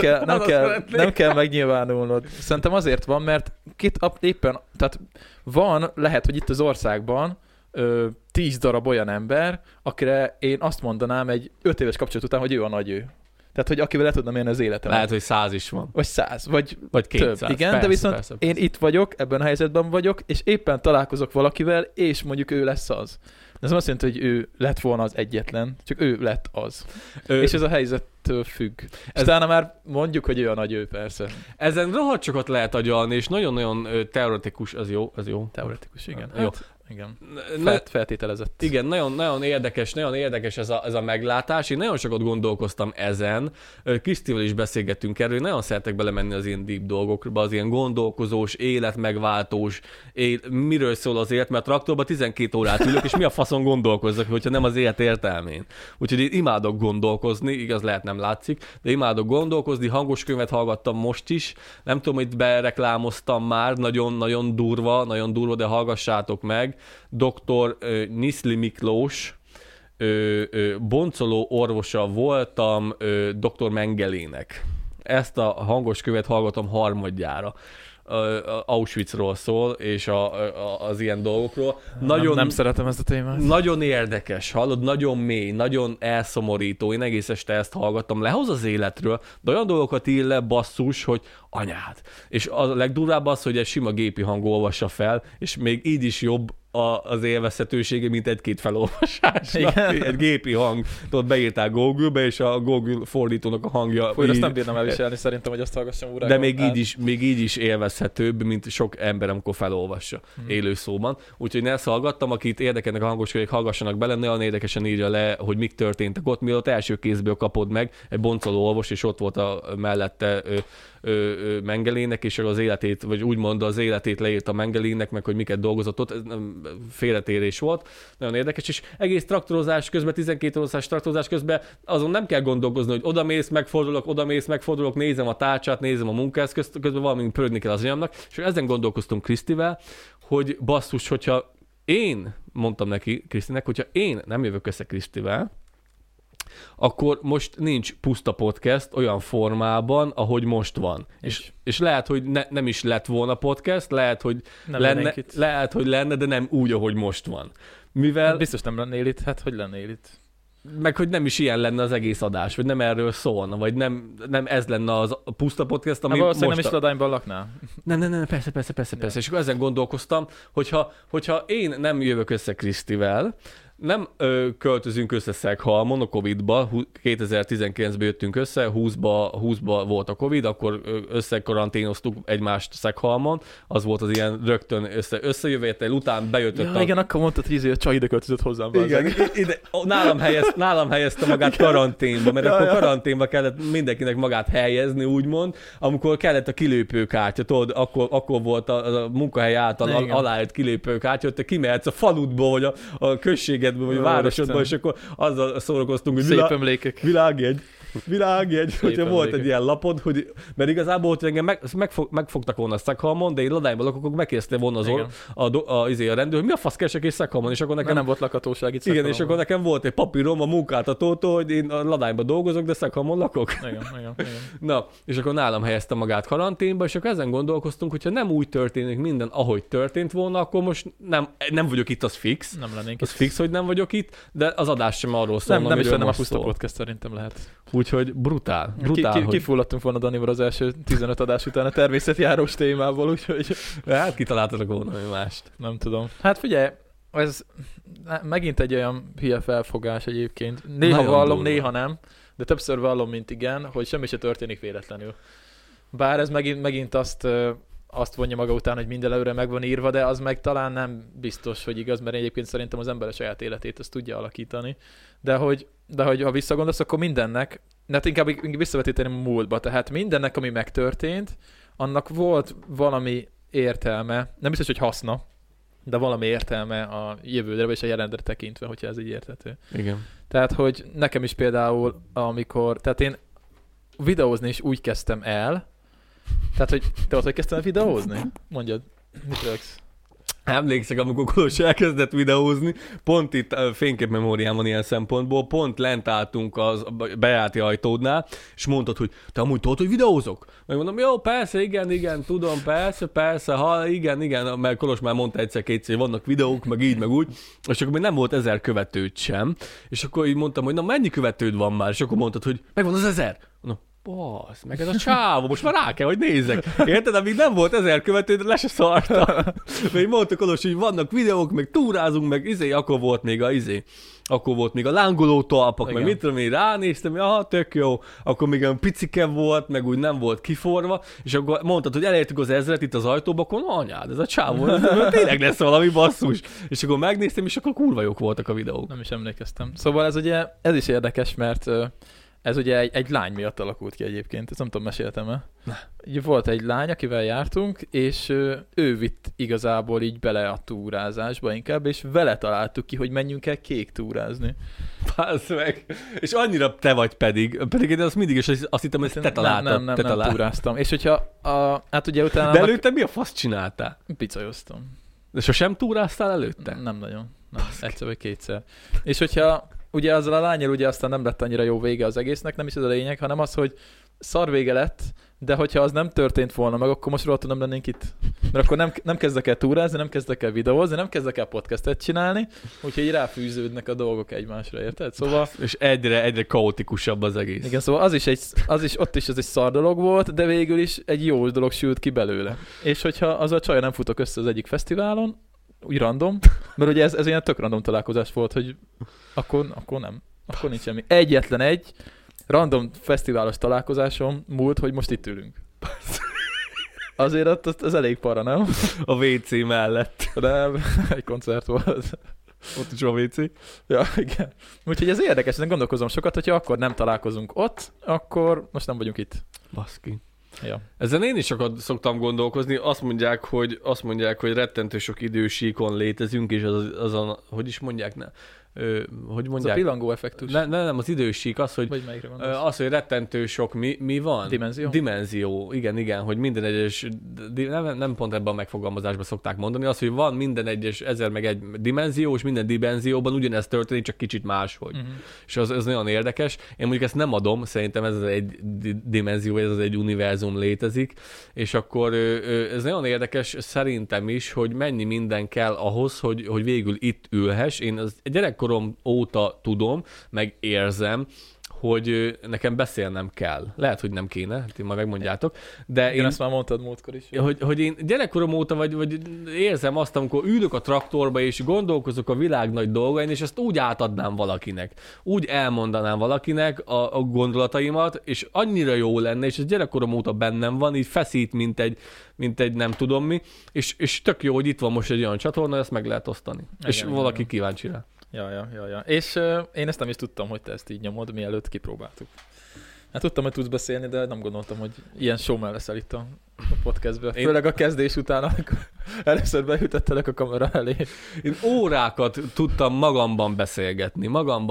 Speaker 1: nem kell megnyilvánulnod. Szerintem azért van, mert éppen, tehát lehet, hogy itt az országban 10 darab olyan ember, akire én azt mondanám egy 5 éves kapcsolat után, hogy ő a nagy ő. Tehát, hogy akivel le tudnám élni az életemet.
Speaker 2: Lehet, hogy 100 is van.
Speaker 1: Vagy 100, vagy
Speaker 2: 200.
Speaker 1: Több. Igen, persze, de viszont persze. Én itt vagyok, ebben a helyzetben vagyok, és éppen találkozok valakivel, és mondjuk ő lesz az. De ez azt jelenti, hogy ő lett volna az egyetlen, csak ő lett az. És ez a helyzettől függ. Utána már mondjuk, hogy ő a nagy ő, persze.
Speaker 2: Ezen rohadt sokat lehet agyalni, és nagyon-nagyon teoretikus, az jó.
Speaker 1: Teoretikus, igen.
Speaker 2: Jó.
Speaker 1: Igen. Feltételezett.
Speaker 2: Igen, nagyon érdekes ez a meglátás. Én nagyon sokat gondolkoztam ezen. Krisztivel is beszélgettünk erről, hogy nagyon szeretek belemenni az ilyen deep dolgokba, az ilyen gondolkozós, életmegváltós, miről szól az élet, mert a traktorban 12 órát ülök, és mi a faszon gondolkozzak, hogyha nem az élet értelmén. Úgyhogy én imádok gondolkozni, igaz, lehet nem látszik, de imádok gondolkozni, hangos könyvet hallgattam most is, nem tudom, hogy bereklámoztam már, nagyon durva, de hallgassátok meg. Dr. Niszli Miklós, boncoló orvosa voltam Dr. Mengelének. Ezt a hangos követ hallgatom harmadjára. Auschwitzról szól, és az ilyen dolgokról.
Speaker 1: Nem szeretem ezt a témát.
Speaker 2: Nagyon érdekes, hallod? Nagyon mély, nagyon elszomorító. Én egész este ezt hallgattam. Lehoz az életről, de olyan dolgokat ír le, basszus, hogy anyád. És a legdurvább az, hogy egy sima gépi hang olvassa fel, és még így is jobb az élvezhetősége, mint egy-két felolvasásnak. Egy gépi hang. Tudod, beírtál Google-be, és a Google fordítónak a hangja.
Speaker 1: Azt nem bírnám elviselni szerintem, hogy azt hallgassam órákon.
Speaker 2: De még így is élvezhetőbb, mint sok ember, amikor felolvassa élő szóban. Úgyhogy ezt hallgattam, akit érdekelnek a hangoskönyvek, hallgassanak bele, nagyon érdekesen írja le, hogy mik történtek ott, mielőtt első kézből kapod meg egy boncoló orvos, és ott volt mellette Mengelének, és az életét, vagy úgymond az életét leírta Mengelének, meg hogy miket dolgozott ott, félretérés volt. Nagyon érdekes, és egész traktorozás közben, 12 órás traktorozás közben azon nem kell gondolkozni, hogy odamész, megfordulok, nézem a tárcsát, nézem a munkaeszközt, közben valamint pörögni kell az anyamnak, és ezen gondolkoztunk Krisztivel, hogy basszus, hogyha én, mondtam neki, Krisztinek, hogyha én nem jövök össze Krisztivel, akkor most nincs puszta podcast olyan formában, ahogy most van. És lehet, hogy nem is lett volna podcast, lehet, hogy lenne, de nem úgy, ahogy most van. Mivel...
Speaker 1: Biztos nem lennél itt, hát hogy lennél itt?
Speaker 2: Meg, hogy nem is ilyen lenne az egész adás, vagy nem erről szólna, vagy nem ez lenne az a puszta podcast, ami most...
Speaker 1: nem is Ladányban laknál?
Speaker 2: Nem, persze. És akkor ezen gondolkoztam, hogyha én nem jövök össze Krisztivel, nem költözünk össze Szeghalmon a Covid-ba, 2019-ben jöttünk össze, 20-ba volt a Covid, akkor összekaranténoztuk egymást Szeghalmon, az volt az ilyen rögtön összejövetel, után bejöttött
Speaker 1: igen, akkor mondtad, hogy a csaj ide költözött hozzám.
Speaker 2: Igen, nálam helyezte magát karanténba, mert akkor karanténba kellett mindenkinek magát helyezni, úgymond, amikor kellett a kilépőkártya, tudod, akkor volt a munkahely által aláírt kilépőkártya, hogy te kimehetsz a faludból, vagy a községet vagy a városodban, és akkor azzal szórakoztunk, hogy
Speaker 1: szép emlékek.
Speaker 2: Világjegy, hogyha volt egy ilyen lapod, hogy, mert igazából, hogy engem megfogtak volna a Szeghalmon, de én Ladányban lakok, akkor megkérdezte volna a rendőr, hogy mi a fasz keresek és Szeghalmon, és akkor nekem...
Speaker 1: nem volt lakhatóság itt Szeghalmon.
Speaker 2: Igen, és akkor nekem volt egy papírom a munkáltatótól, hogy én a Ladányban dolgozok, de Szeghalmon lakok.
Speaker 1: Igen.
Speaker 2: Na, és akkor nálam helyezte magát karanténba, és akkor ezen gondolkoztunk, hogyha nem úgy történik minden, ahogy történt volna, akkor most nem vagyok itt, az fix.
Speaker 1: Nem lennénk
Speaker 2: az fix, hogy nem vagyok itt, de az adás sem arról szól.
Speaker 1: Nem is lenne a puszta podcast, szerintem lehet.
Speaker 2: Úgyhogy brutál.
Speaker 1: Kifulladtunk volna Danival az első 15 adás után a természetjárós témából, úgyhogy...
Speaker 2: Hát kitaláltatok volna mást.
Speaker 1: Nem tudom. Hát figyelj, ez megint egy olyan hülye felfogás egyébként. Néha nagyon vallom, durva. Néha nem, de többször vallom, mint igen, hogy semmi se történik véletlenül. Bár ez megint azt vonja maga után, hogy minden előre meg van írva, de az meg talán nem biztos, hogy igaz, mert egyébként szerintem az ember a saját életét azt tudja alakítani. De hogy ha visszagondolsz, akkor mindennek, hát inkább visszavetíteném a múltba, tehát mindennek, ami megtörtént, annak volt valami értelme, nem biztos, hogy haszna, de valami értelme a jövődre, vagy a jelenre tekintve, hogyha ez így érthető.
Speaker 2: Igen.
Speaker 1: Tehát, hogy nekem is például, tehát én videózni is úgy kezdtem el, tehát, hogy te ott, hogy kezdtem el videózni? Mondjad, mit rögsz?
Speaker 2: Emlékszek, amikor Kolos elkezdett videózni, pont itt fényképmemóriám van ilyen szempontból, pont lent álltunk az bejárati ajtódnál, és mondtad, hogy te amúgy tudod, hogy videózok? Megmondom, jó, persze, igen, tudom, persze, igen, mert Kolos már mondta egyszer-kétszer, hogy vannak videók, meg így, meg úgy, és akkor még nem volt 1000 követőd sem, és akkor így mondtam, hogy na mennyi követőd van már, és akkor mondtad, hogy megvan az 1000. Basz, meg ez a csávó, most már rá kell, hogy nézzek. Érted, amíg nem volt 1000 követőd, le se szarta. Mert mondta Kolos, hogy vannak videók, meg túrázunk, meg akkor volt még a lángoló talpak, igen. Meg mit tudom én, ránéztem, hogy tök jó, akkor még olyan picike volt, meg úgy nem volt kiforva, és akkor mondtad, hogy elértük az 1000-et itt az ajtóba, akkor anyád, ez a csávó, tényleg lesz valami basszus. És akkor megnéztem, és akkor kurva jók voltak a videók.
Speaker 1: Nem is emlékeztem. Szóval ez is érdekes, mert ez ugye egy lány miatt alakult ki egyébként, ezt nem tudom, meséltem-e. Volt egy lány, akivel jártunk, és ő vitt igazából így bele a túrázásba inkább, és vele találtuk ki, hogy menjünk el kék túrázni.
Speaker 2: Passz meg! És annyira te vagy pedig én azt mindig is azt hittem, hogy te találtad.
Speaker 1: Nem túráztam. És hogyha, hát ugye utána...
Speaker 2: De előtte mi a fasz csináltál?
Speaker 1: Picajoztam.
Speaker 2: De sosem túráztál előtte?
Speaker 1: Nem nagyon. Nem. Egyszer vagy kétszer. És hogyha ugye azzal a lányjal ugye aztán nem lett annyira jó vége az egésznek, nem is ez a lényeg, hanem az, hogy szar vége lett, de hogyha az nem történt volna meg, akkor most rohadtul nem lennénk itt. Mert akkor nem kezdek el túrázni, nem kezdek el videózni, nem kezdek el podcastet csinálni, úgyhogy így ráfűződnek a dolgok egymásra, érted? Szóval...
Speaker 2: És egyre kaotikusabb az egész.
Speaker 1: Igen, szóval ott is ez egy szar dolog volt, de végül is egy jó dolog sült ki belőle. És hogyha az a csaj nem futok össze az egyik fesztiválon, úgy random, mert ugye ez ilyen tök random találkozás volt, hogy akkor nem. Akkor nincs semmi. Egyetlen egy random fesztiválos találkozásom múlt, hogy most itt ülünk. Azért ott az elég para, nem?
Speaker 2: A WC mellett.
Speaker 1: Nem, egy koncert volt.
Speaker 2: Ott is a WC.
Speaker 1: Ja, igen. Úgyhogy ez érdekes, ezen gondolkozom sokat, hogyha akkor nem találkozunk ott, akkor most nem vagyunk itt.
Speaker 2: Baszki.
Speaker 1: Ja.
Speaker 2: Ezen én is sokat szoktam gondolkozni, azt mondják, hogy rettentő sok idősíkon létezünk, és hogy is mondják, hogy mondják?
Speaker 1: Ez a pillangó effektus.
Speaker 2: Nem, az idősík, az, hogy hogy rettentő sok mi van? Dimenzió, igen, hogy minden egyes, nem pont ebben a megfogalmazásban szokták mondani, az, hogy van minden egyes 1000 meg egy dimenzió, és minden dimenzióban ugyanez történik, csak kicsit máshogy. Uh-huh. És az nagyon érdekes. Én mondjuk ezt nem adom, szerintem ez az egy dimenzió, ez az egy univerzum létezik, és akkor ez nagyon érdekes szerintem is, hogy mennyi minden kell ahhoz, hogy végül itt ülhess. Én az gyerekkorom óta tudom, meg érzem, hogy nekem beszélnem kell. Lehet, hogy nem kéne, ti ma megmondjátok. De
Speaker 1: én ezt már mondtad múltkor is.
Speaker 2: Hogy én gyerekkorom óta vagy érzem azt, amikor ülök a traktorba, és gondolkozok a világ nagy dolgain, és ezt úgy átadnám valakinek. Úgy elmondanám valakinek a gondolataimat, és annyira jó lenne, és ez gyerekkorom óta bennem van, így feszít, mint egy nem tudom mi, és tök jó, hogy itt van most egy olyan csatorna, ezt meg lehet osztani. Igen, és valaki kíváncsi rá.
Speaker 1: Ja. És én ezt nem is tudtam, hogy te ezt így nyomod, mielőtt kipróbáltuk. Hát tudtam, hogy tudsz beszélni, de nem gondoltam, hogy ilyen showman leszel itt a podcastben. Főleg a kezdés után, amikor először beütöttelek a kamera elé.
Speaker 2: Én órákat tudtam magamban beszélgetni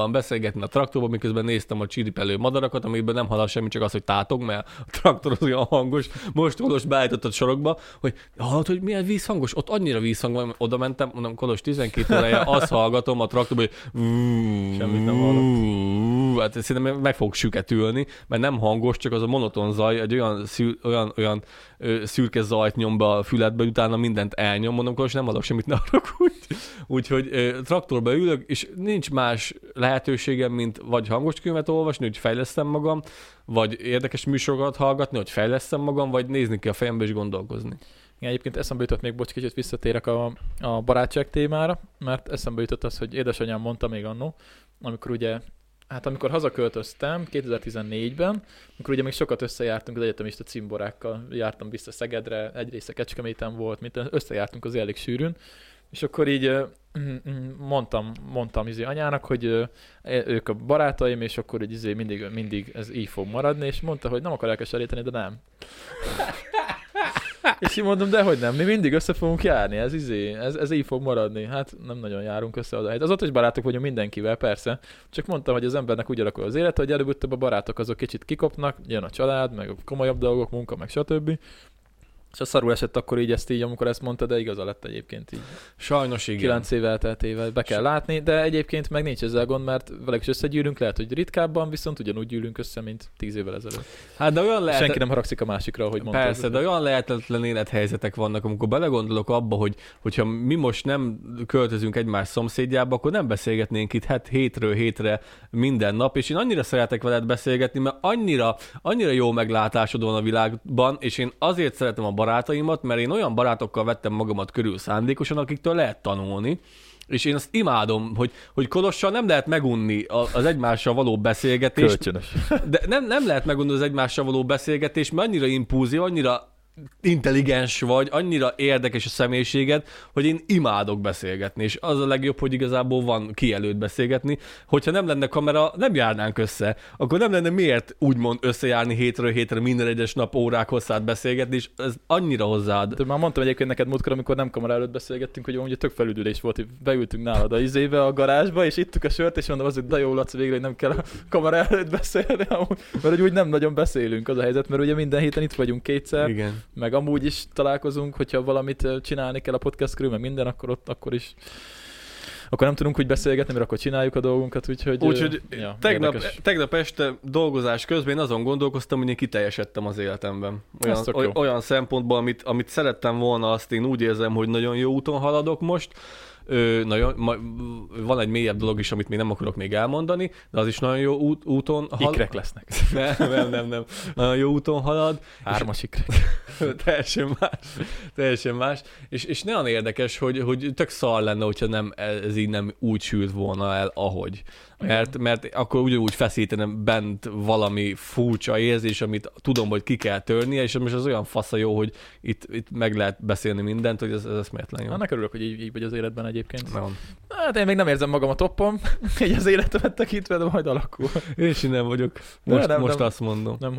Speaker 2: a traktorban, miközben néztem a csiripelő madarakat, amiben nem hallott semmi, csak az, hogy tátog, mert a traktor az olyan hangos. Most Kolos beállítottad sorokba, hogy hallod, hogy milyen vízhangos? Ott annyira vízhang van, oda mentem, mondom, Kolos 12 órája, azt hallgatom a traktorban, hogy
Speaker 1: semmit nem hallok.
Speaker 2: Hát szerintem meg fogok süketülni, mert nem hangos, csak az a monoton zaj, egy olyan szürke zajt nyom be a füledbe, utána mindent elnyom, mondom, Kolos, nem adok semmit, ne haragudj. Úgyhogy traktorba ülök, és nincs más lehetőségem, mint vagy hangos könyvet olvasni, hogy fejlesztem magam, vagy érdekes műsorokat hallgatni, hogy fejlesztem magam, vagy nézni ki a fejembe és gondolkozni.
Speaker 1: Igen, egyébként eszembe jutott még, bocs, kicsit visszatérek a barátság témára, mert eszembe jutott az, hogy édesanyám mondta még annó, amikor hazaköltöztem 2014-ben, amikor ugye még sokat összejártunk az egyetemista cimborákkal, jártam vissza Szegedre, egy része Kecskeméten volt, összejártunk az elég sűrűn, és akkor így mondtam anyának, hogy ők a barátaim, és akkor így mindig ez így fog maradni, és mondta, hogy nem akar elkeseríteni, de nem. És így mondom, de hogy nem, mi mindig össze fogunk járni, ez így fog maradni. Hát nem nagyon járunk össze oda. Az ott is barátok vagyunk mindenkivel, persze. Csak mondtam, hogy az embernek úgy alakul az élet, hogy előbb-utóbb a barátok azok kicsit kikopnak, jön a család, meg a komolyabb dolgok, munka, meg stb. És a szarul esett akkor így ezt így, amikor ezt mondta, de igaza lett egyébként így.
Speaker 2: Sajnos igen.
Speaker 1: 9 év elteltével be kell látni, de egyébként meg nincs ezzel gond, mert velük is összegyűlünk, lehet, hogy ritkábban, viszont ugyanúgy gyűlünk össze, mint 10 évvel ezelőtt.
Speaker 2: Hát de olyan lehet...
Speaker 1: Senki nem haragszik a másikra, ahogy mondtad.
Speaker 2: Persze, de olyan lehetetlen élethelyzetek vannak, amikor belegondolok abba, hogyha mi most nem költözünk egymás szomszédjába, akkor nem beszélgetnénk itt hétről hétre minden nap, és én annyira szeretek veled beszélgetni, mert annyira jó meglátásod van a világban, és én azért szeretem a barátaimat, mert én olyan barátokkal vettem magamat körül szándékosan, akiktől lehet tanulni, és én azt imádom, hogy Kolossal nem lehet megunni az egymással való beszélgetést.
Speaker 1: Kölcsönös.
Speaker 2: De nem lehet megunni az egymással való beszélgetést, mert annyira impulzív, annyira intelligens vagy, annyira érdekes a személyiséged, hogy én imádok beszélgetni, és az a legjobb, hogy igazából van ki előtt beszélgetni. Hogyha nem lenne kamera, nem járnánk össze. Akkor nem lenne miért úgymond összejárni hétről hétre minden egyes nap órák hosszát beszélgetni, és ez annyira hozzáad.
Speaker 1: De már mondtam egyébként neked múltkor, amikor nem kamera előtt beszélgettünk, hogy ugye tök felüdülés volt, hogy beültünk nálad a izébe, a garázsba, és ittuk a sört, és mondom az, hogy de jó, Laci, végre, hogy nem kell a kamera előtt beszélni, mert úgy nem nagyon beszélünk, az a helyzet, mert ugye minden héten itt vagyunk kétszer.
Speaker 2: Igen.
Speaker 1: Meg amúgy is találkozunk, hogyha valamit csinálni kell a podcast körül, meg minden, akkor is. Akkor nem tudunk úgy beszélgetni, mert akkor csináljuk a dolgunkat, úgyhogy
Speaker 2: ja, tegnap este dolgozás közben én azon gondolkoztam, hogy én kiteljesedtem az életemben. Olyan szempontból, amit szerettem volna, azt én úgy érzem, hogy nagyon jó úton haladok most. Van egy mélyebb dolog is, amit még nem akarok még elmondani, de az is nagyon jó úton halad.
Speaker 1: Ikrek lesznek.
Speaker 2: Nem. Nagyon jó úton halad.
Speaker 1: 3-as ikrek.
Speaker 2: Teljesen más. És nagyon érdekes, hogy tök szar lenne, hogyha ez így nem úgy sült volna el, ahogy. Mert akkor ugyanúgy feszítenem bent valami furcsa érzés, amit tudom, hogy ki kell törnie, és most az olyan fasza jó, hogy itt meg lehet beszélni mindent, hogy ez eszméletlen jó.
Speaker 1: Annak örülök, hogy így vagy az életben egyébként.
Speaker 2: Nem.
Speaker 1: Hát én még nem érzem magam a toppon, így az életemet tekintve, de majd alakul.
Speaker 2: Én is nem vagyok. Most azt mondom.
Speaker 1: Nem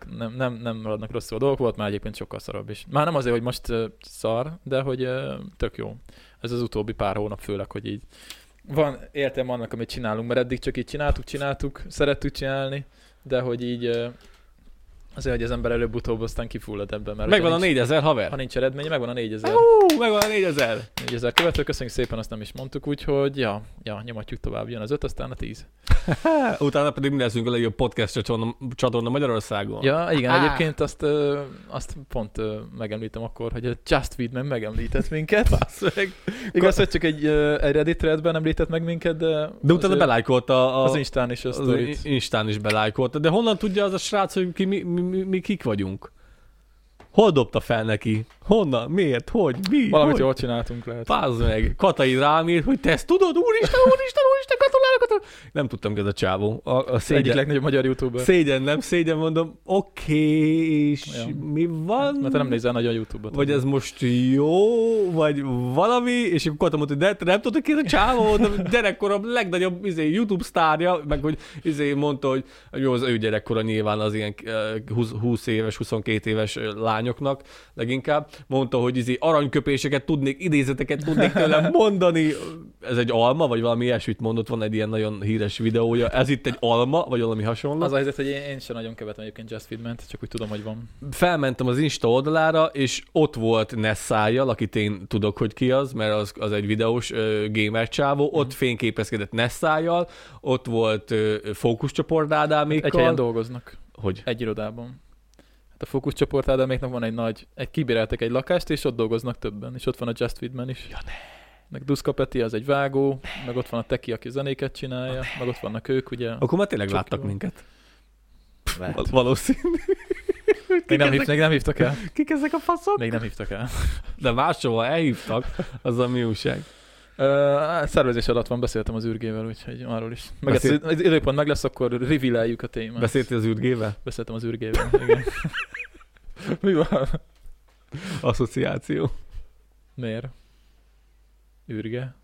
Speaker 1: haladnak rosszul a dolgok, volt már egyébként sokkal szarabb is. Már nem azért, hogy most szar, de hogy tök jó. Ez az utóbbi pár hónap főleg, hogy így van értelme annak, amit csinálunk, mert eddig csak így csináltuk, szerettük csinálni, de hogy így azért, hogy az ember előbb-utóbb aztán kifullad ebben. Mert
Speaker 2: megvan a 4000 haver.
Speaker 1: Ha nincs eredménye, megvan a 4000.
Speaker 2: Megvan a 4000.
Speaker 1: 4000 követő, köszönjük szépen, azt nem is mondtuk, úgyhogy ja, nyomatjuk tovább, jön az 5, aztán a 10.
Speaker 2: Utána pedig mi leszünk a legjobb podcast csatorna Magyarországon.
Speaker 1: Ja, igen, egyébként azt pont megemlítem akkor, hogy a Just Feedman megemlített minket. Igaz, hogy csak egy Reddit threadben említett meg minket, de
Speaker 2: utána belájkolta
Speaker 1: az Instán is a sztorit.
Speaker 2: Instán is belájkolta, de honnan tudja az a srác, hogy mi kik vagyunk? Hol dobta fel neki? Honnan? Miért? Hogy? Mi?
Speaker 1: Valamit jól csináltunk lehet.
Speaker 2: Pázd meg. Katai rám írt, hogy te ezt tudod? Úristen, gratulálok. Nem tudtam, hogy ez a csávó. A szégyen,
Speaker 1: egyik legnagyobb magyar youtuber.
Speaker 2: Szégyen mondom. Oké, és mi van?
Speaker 1: Mert te nem nézel nagyon YouTube-ot.
Speaker 2: Vagy ez most jó, vagy valami, és akkor Kata mondta, hogy de nem tudod, ki ez a csávó? Gyerekkorom legnagyobb YouTube sztárja, meg hogy mondta, hogy jó, az ő gyerekkora nyilván az ilyen 20 éves, 22 éves lányoknak leginkább. Mondta, hogy aranyköpéseket tudnék, idézeteket tudnék tőlem mondani. Ez egy alma, vagy valami ilyesmit mondott, van egy ilyen nagyon híres videója. Ez itt egy alma, vagy valami hasonló.
Speaker 1: Az a helyzet, hogy én sem nagyon követem egyébként Just Feedment, csak úgy tudom, hogy van.
Speaker 2: Felmentem az Insta oldalára, és ott volt Nessájjal, akit én tudok, hogy ki az, mert az egy videós gamer csávó. Ott fényképezkedett Nessájjal, ott volt fókuszcsoport Ádámékkal.
Speaker 1: Egy helyen dolgoznak.
Speaker 2: Hogy?
Speaker 1: Egy irodában. A fókuszcsoport Ádáméknak van kibéreltek egy lakást, és ott dolgoznak többen, és ott van a Just Feedman is.
Speaker 2: Ja, ne.
Speaker 1: Meg Duszka Peti, az egy vágó, meg ott van a Teki, aki zenéket csinálja, meg ott vannak ők, ugye.
Speaker 2: Akkor már tényleg láttak minket. Valószínű.
Speaker 1: Még nem hívtak el.
Speaker 2: Kik ezek a faszok?
Speaker 1: Még nem hívtak el.
Speaker 2: De máshova elhívtak, az a mi újság.
Speaker 1: Szervezés alatt van, beszéltem az űrgével, úgyhogy arról is. Meg az időpont meg lesz, akkor reveal-eljük a témát.
Speaker 2: Beszéltél az űrgével?
Speaker 1: Beszéltem az űrgével, igen. Mi van?
Speaker 2: Asszociáció.
Speaker 1: Miért? Űrge?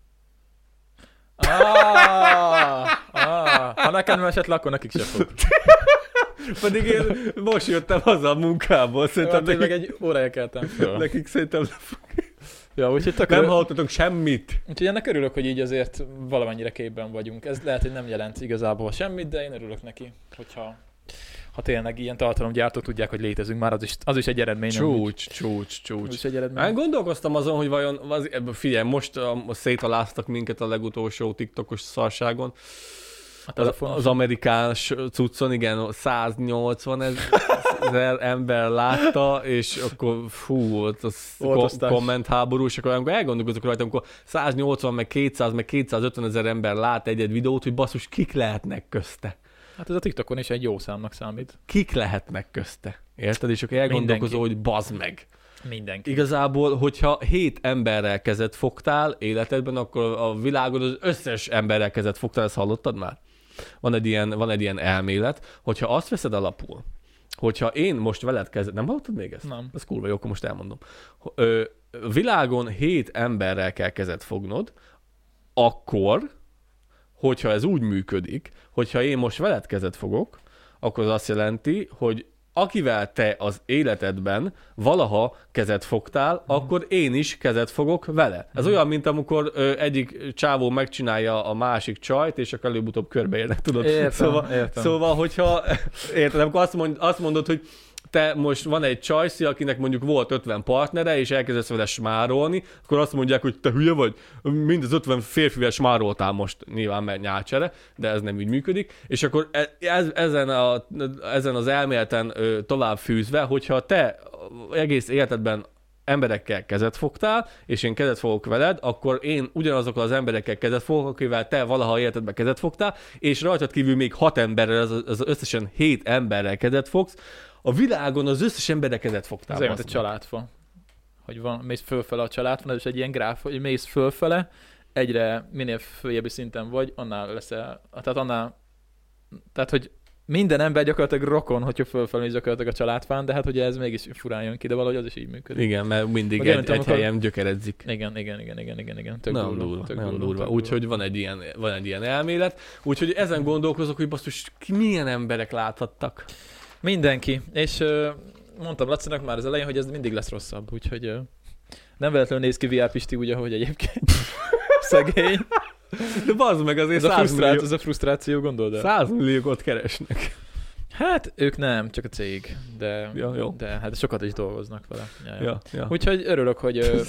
Speaker 1: Ha nekem nem esett le, akkor nekik se fog.
Speaker 2: Pedig én most jöttem haza a munkából.
Speaker 1: Szerintem nekik... egy órája keltem föl.
Speaker 2: Nekik szerintem le fog.
Speaker 1: Ja, úgyhogy
Speaker 2: nem hallottatok semmit.
Speaker 1: Úgyhogy ennek örülök, hogy így azért valamennyire képben vagyunk. Ez lehet, hogy nem jelent igazából semmit, de én örülök neki, ha tényleg ilyen tartalomgyártók tudják, hogy létezünk, már az is egy eredmény.
Speaker 2: Csúcs.
Speaker 1: Az is egy eredmény.
Speaker 2: Hát gondolkoztam azon, hogy vajon, figyelj, most szétaláztak minket a legutolsó TikTokos szarságon. Hát az amerikás cuccon, igen, 180 000 ember látta, és akkor volt az kommentháború, és akkor elgondolkozok rajta, amikor 180, meg 200, meg 250 000 ember lát egy videót, hogy basszus, kik lehetnek közte?
Speaker 1: Hát ez a TikTokon is egy jó számnak számít.
Speaker 2: Kik lehetnek közte? Érted? És akkor elgondolkozol, hogy bazd meg.
Speaker 1: Mindenki.
Speaker 2: Igazából, hogyha 7 emberrel kezet fogtál életedben, akkor a világon az összes emberrel kezet fogtál, ezt hallottad már? Van egy ilyen elmélet, hogyha azt veszed alapul, hogyha én most veled kezet... Nem hallottad még ezt?
Speaker 1: Nem.
Speaker 2: Ez kurva jó, akkor most elmondom. Világon 7 emberrel kell kezet fognod, akkor, hogyha ez úgy működik, hogyha én most veled kezet fogok, akkor az azt jelenti, hogy akivel te az életedben valaha kezet fogtál, akkor én is kezet fogok vele. Ez olyan, mint amikor egyik csávó megcsinálja a másik csajt, és akkor előbb-utóbb körbeérnek, tudod?
Speaker 1: Értem.
Speaker 2: Szóval, hogyha érted, amikor azt mondod, hogy te most van egy csajszi, akinek mondjuk volt 50 partnere, és elkezdesz vele smárolni, akkor azt mondják, hogy te hülye vagy, mind az 50 férfivel smároltál most, nyilván mert nyálcsere, de ez nem így működik, és akkor ezen az elméleten tovább fűzve, hogyha te egész életedben emberekkel kezet fogtál, és én kezet fogok veled, akkor én ugyanazokkal az emberekkel kezet fogok, akivel te valaha életedben kezet fogtál, és rajtad kívül még 6 emberrel, az összesen 7 emberrel kezet fogsz, a világon az összes emberre kezet fogtál.
Speaker 1: Ez olyan, mint a családfa. Hogy mész fölfele a családfa, és egy ilyen gráf, hogy mész fölfele, egyre minél följebbi szinten vagy, annál leszel, tehát hogy minden ember gyakorlatilag rokon, hogyha fölfelé mész gyakorlatilag a családfán, de hát ugye ez mégis furán jön ki, de valahogy az is így működik.
Speaker 2: Igen, mert mindig egy helyen gyökeredzik.
Speaker 1: Igen. Tök
Speaker 2: durva. Úgyhogy van egy ilyen elmélet. Úgyhogy ezen gondolkozok, hogy basszus, milyen emberek láthattak.
Speaker 1: Mindenki. És mondtam Lacinak már az elején, hogy ez mindig lesz rosszabb, úgyhogy nem véletlenül néz ki VR Pisti úgy, ahogy egyébként. Szegény.
Speaker 2: De bazd meg azért
Speaker 1: ez a frusztráció, gondold el.
Speaker 2: 100 milliókat keresnek.
Speaker 1: Hát ők nem, csak a cég, de hát sokat is dolgoznak vele. Ja. Úgyhogy örülök, hogy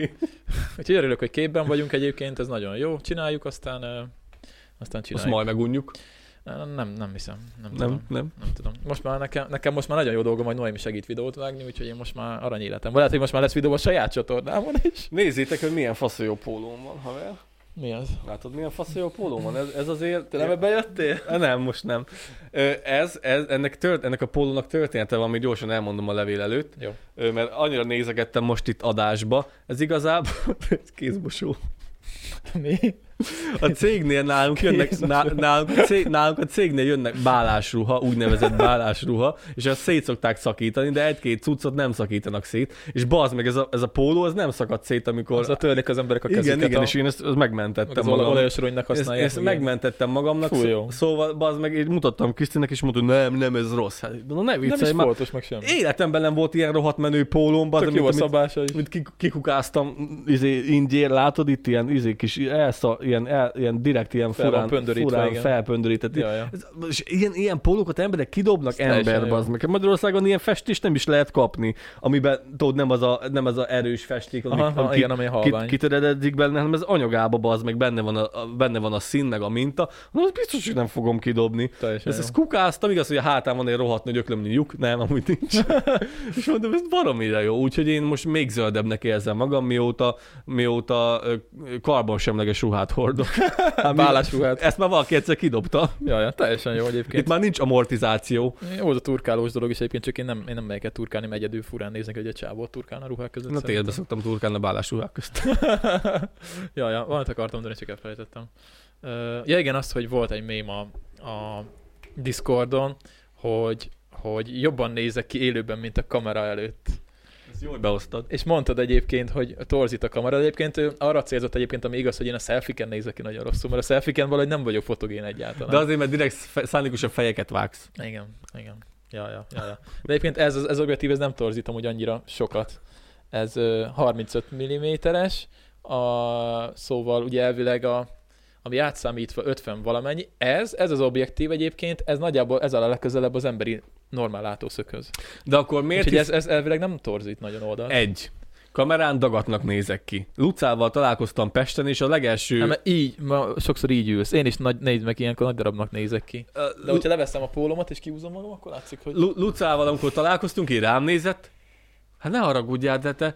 Speaker 1: képben vagyunk egyébként, ez nagyon jó. Csináljuk, aztán csináljuk.
Speaker 2: Azt majd megunjuk.
Speaker 1: Nem hiszem.
Speaker 2: Nem
Speaker 1: tudom. Most már nekem most már nagyon jó dolgom, hogy Noémi segít videót vágni, úgyhogy én most már arany életem. Lehet, hogy most már lesz videó a saját csatornámon is.
Speaker 2: Nézzétek, hogy milyen faszajó pólóm van, haver.
Speaker 1: Mi az?
Speaker 2: Látod, milyen faszajó pólóm van? Ez azért...
Speaker 1: Te nem ebben jöttél?
Speaker 2: Nem, most nem. Ennek a pólónak története van, még gyorsan elmondom a levél előtt.
Speaker 1: Jó.
Speaker 2: Mert annyira nézegettem most itt adásba. Ez igazából... kézmosó.
Speaker 1: Mi?
Speaker 2: A cégnél nálunk a cégnél jönnek bálásruha, úgynevezett bálásruha, és azt szét szokták szakítani, de egy-két cuccot nem szakítanak szét, és bazd meg, ez a póló, ez nem szakad szét, amikor...
Speaker 1: Az a törlik az emberek a kezüket.
Speaker 2: Igen, és én ezt megmentettem
Speaker 1: magam. Az olajos rongynak használják.
Speaker 2: Ezt megmentettem magamnak, szóval bazd meg, én mutattam Krisztinek, és mondta, hogy nem, ez rossz. Hát, ne viccelj,
Speaker 1: nem is foltos, meg semmi.
Speaker 2: Életemben nem volt ilyen rohadt menő pólóm, bazd,
Speaker 1: amit
Speaker 2: kikukáztam ingyér, látod itt ilyen kis ilyen direkt ilyen furán felpöndörített.
Speaker 1: Ja.
Speaker 2: És ilyen pólókat emberek kidobnak emberbe, az meg. Magyarországon ilyen festést nem is lehet kapni, amiben tudod, nem az a erős festék, ami kitörededik benne, hanem ez anyagába bazd meg, benne van a szín, meg a minta. Na, az biztos, hogy nem fogom kidobni. Ezt kukáztam, igaz, hogy a hátán van egy rohadt nagy öklömnyi lyuk, nem, amúgy nincs. És mondom, ez baromira jó, úgyhogy én most még zöldebbnek érzem magam, mióta karbonsemleges ruhát hordok.
Speaker 1: Bálásruhát.
Speaker 2: Ezt már valaki egyszer kidobta.
Speaker 1: Ja, teljesen jó egyébként.
Speaker 2: Itt már nincs amortizáció.
Speaker 1: Jó, az a turkálós dolog is egyébként, csak én nem megyek el turkálni, mert egyedül furán néznek, hogy egy csávót turkálna a ruhák között.
Speaker 2: Na tényleg, szoktam turkálni a bálásruhák közt.
Speaker 1: ja, valamit akartam, de csak elfelejtettem. Ja igen, azt, hogy volt egy mém a Discordon, hogy jobban nézek ki élőben, mint a kamera előtt.
Speaker 2: Ezt jól behoztad.
Speaker 1: És mondtad egyébként, hogy torzít a kamera. Egyébként ő arra célzott egyébként, ami igaz, hogy én a selfie-ken nézek ki nagyon rosszul, mert a selfie-ken valahogy nem vagyok fotogén egyáltalán.
Speaker 2: De azért, mert direkt szándékosan fejeket vágsz.
Speaker 1: Igen. Ja. De egyébként ez objektív, ez nem torzít amúgy annyira sokat. Ez 35 mm-es, szóval ugye elvileg ami átszámítva 50 valamennyi. Ez az objektív egyébként, ez nagyjából ez a legközelebb az emberi normál látószöghöz.
Speaker 2: De akkor miért
Speaker 1: úgyhogy ez elvileg nem torzít nagyon oldalt.
Speaker 2: Kamerán dagatnak nézek ki. Lucával találkoztam Pesten, és a legelső...
Speaker 1: Nem, így, sokszor így ülsz. Én is nézd meg, ilyenkor nagy darabnak nézek ki. De hogyha leveszem a pólómat és kihúzom magam, akkor látszik, hogy...
Speaker 2: Lucával, amikor találkoztunk, én rám nézett. Hát ne haragudjál, de te...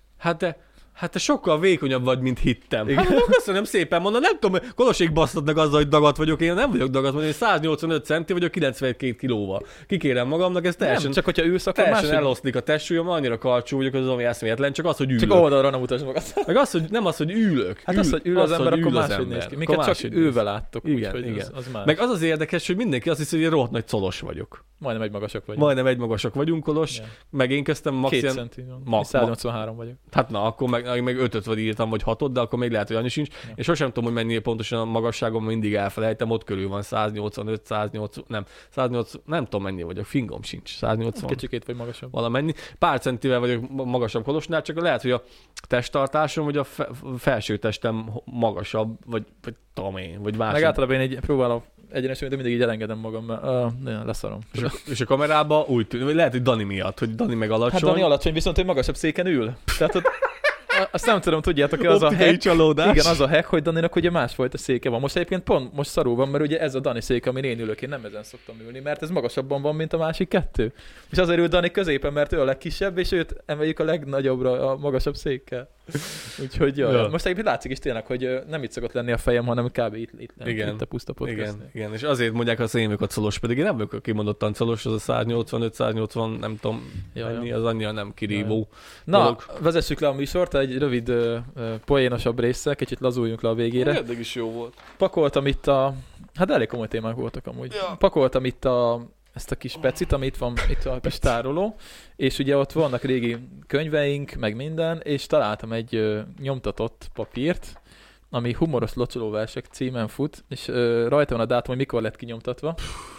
Speaker 2: Hát te sokkal vékonyabb vagy, mint hittem. Hát mondom, köszönöm szépen, mondom, nem tudom, Kolosék basztatnak azzal, hogy dagat vagyok, én nem vagyok dagat, mondom, én 185 centi vagyok 92 kilóval. Kikérem magamnak, ez teljesen,
Speaker 1: nem, csak hogyha ülsz, akkor
Speaker 2: teljesen eloszlik a testsúlyom, annyira karcsú vagyok, az ami eszméletlen, csak az, hogy ülök.
Speaker 1: Csak oldalra nem utasd magad.
Speaker 2: Meg az, hogy nem az, hogy ülök.
Speaker 1: Hát az, hogy ül az ember, akkor máshogy néz ki. Minket csak ülve láttok.
Speaker 2: Igen. Az meg az érdekes, hogy mindenki azt hiszi, hogy én rohadt nagy colos vagyok.
Speaker 1: Majdnem egy magasak vagyunk, Kolos.
Speaker 2: Meg én kezdtem maximum
Speaker 1: 2 centi. 183 vagyok.
Speaker 2: Hát na, akkor meg 5 vagy írtam, vagy 6, de akkor még lehet, hogy annyi sincs. Yeah. És sosem tudom, hogy mennyi pontosan a magasságom, mindig elfelejtem, ott körül van 185, 180, nem, 180, nem tudom mennyi vagyok, fingom sincs, 180.
Speaker 1: Kicsikét vagy magasabb.
Speaker 2: Valamennyi. Pár centivel vagyok magasabb Kolosnál, csak lehet, hogy a testtartásom, vagy a felső testem magasabb, vagy tudom én, vagy másik.
Speaker 1: Meg általában én próbálom egyenesülni, de mindig így elengedem magam, mert leszarom.
Speaker 2: És a kamerában úgy tűnik, vagy lehet, hogy Dani miatt, hogy Dani meg alacsony.
Speaker 1: Hát Dani alacsony, viszont ő magasabb széken ül. Tehát ott azt nem tudom, tudjátok, az a hack,
Speaker 2: csalódás.
Speaker 1: Igen, az a hack, hogy Daninak ugye másfajta széke van. Most egyébként pont most szarul van, mert ugye ez a Dani széke, amin én ülök, én nem ezen szoktam ülni, mert ez magasabban van, mint a másik kettő. És azért ül Dani középen, mert ő a legkisebb, és őt emeljük a legnagyobbra a magasabb székkel. Úgyhogy ja. Most egyébként látszik is tényleg, hogy nem itt szokott lenni a fejem, hanem kb. Itt a puszta podcast.
Speaker 2: Igen, és azért mondják azt, hogy én vagyok a colos, pedig én nem vagyok kimondottan colos, az a 185-180, nem tudom, ennyi, az annyira nem kirívó.
Speaker 1: Na, vezessük le a műsort, egy rövid poénosabb része, kicsit lazuljunk le a végére.
Speaker 2: Eddig is jó volt.
Speaker 1: Pakoltam itt hát elég komoly témák voltak amúgy. Ja. Pakoltam itt ezt a kis pecit, ami itt van, itt a kis tároló, és ugye ott vannak régi könyveink, meg minden, és találtam egy nyomtatott papírt, ami humoros locsolóversek címen fut, és rajta van a dátum, hogy mikor lett kinyomtatva.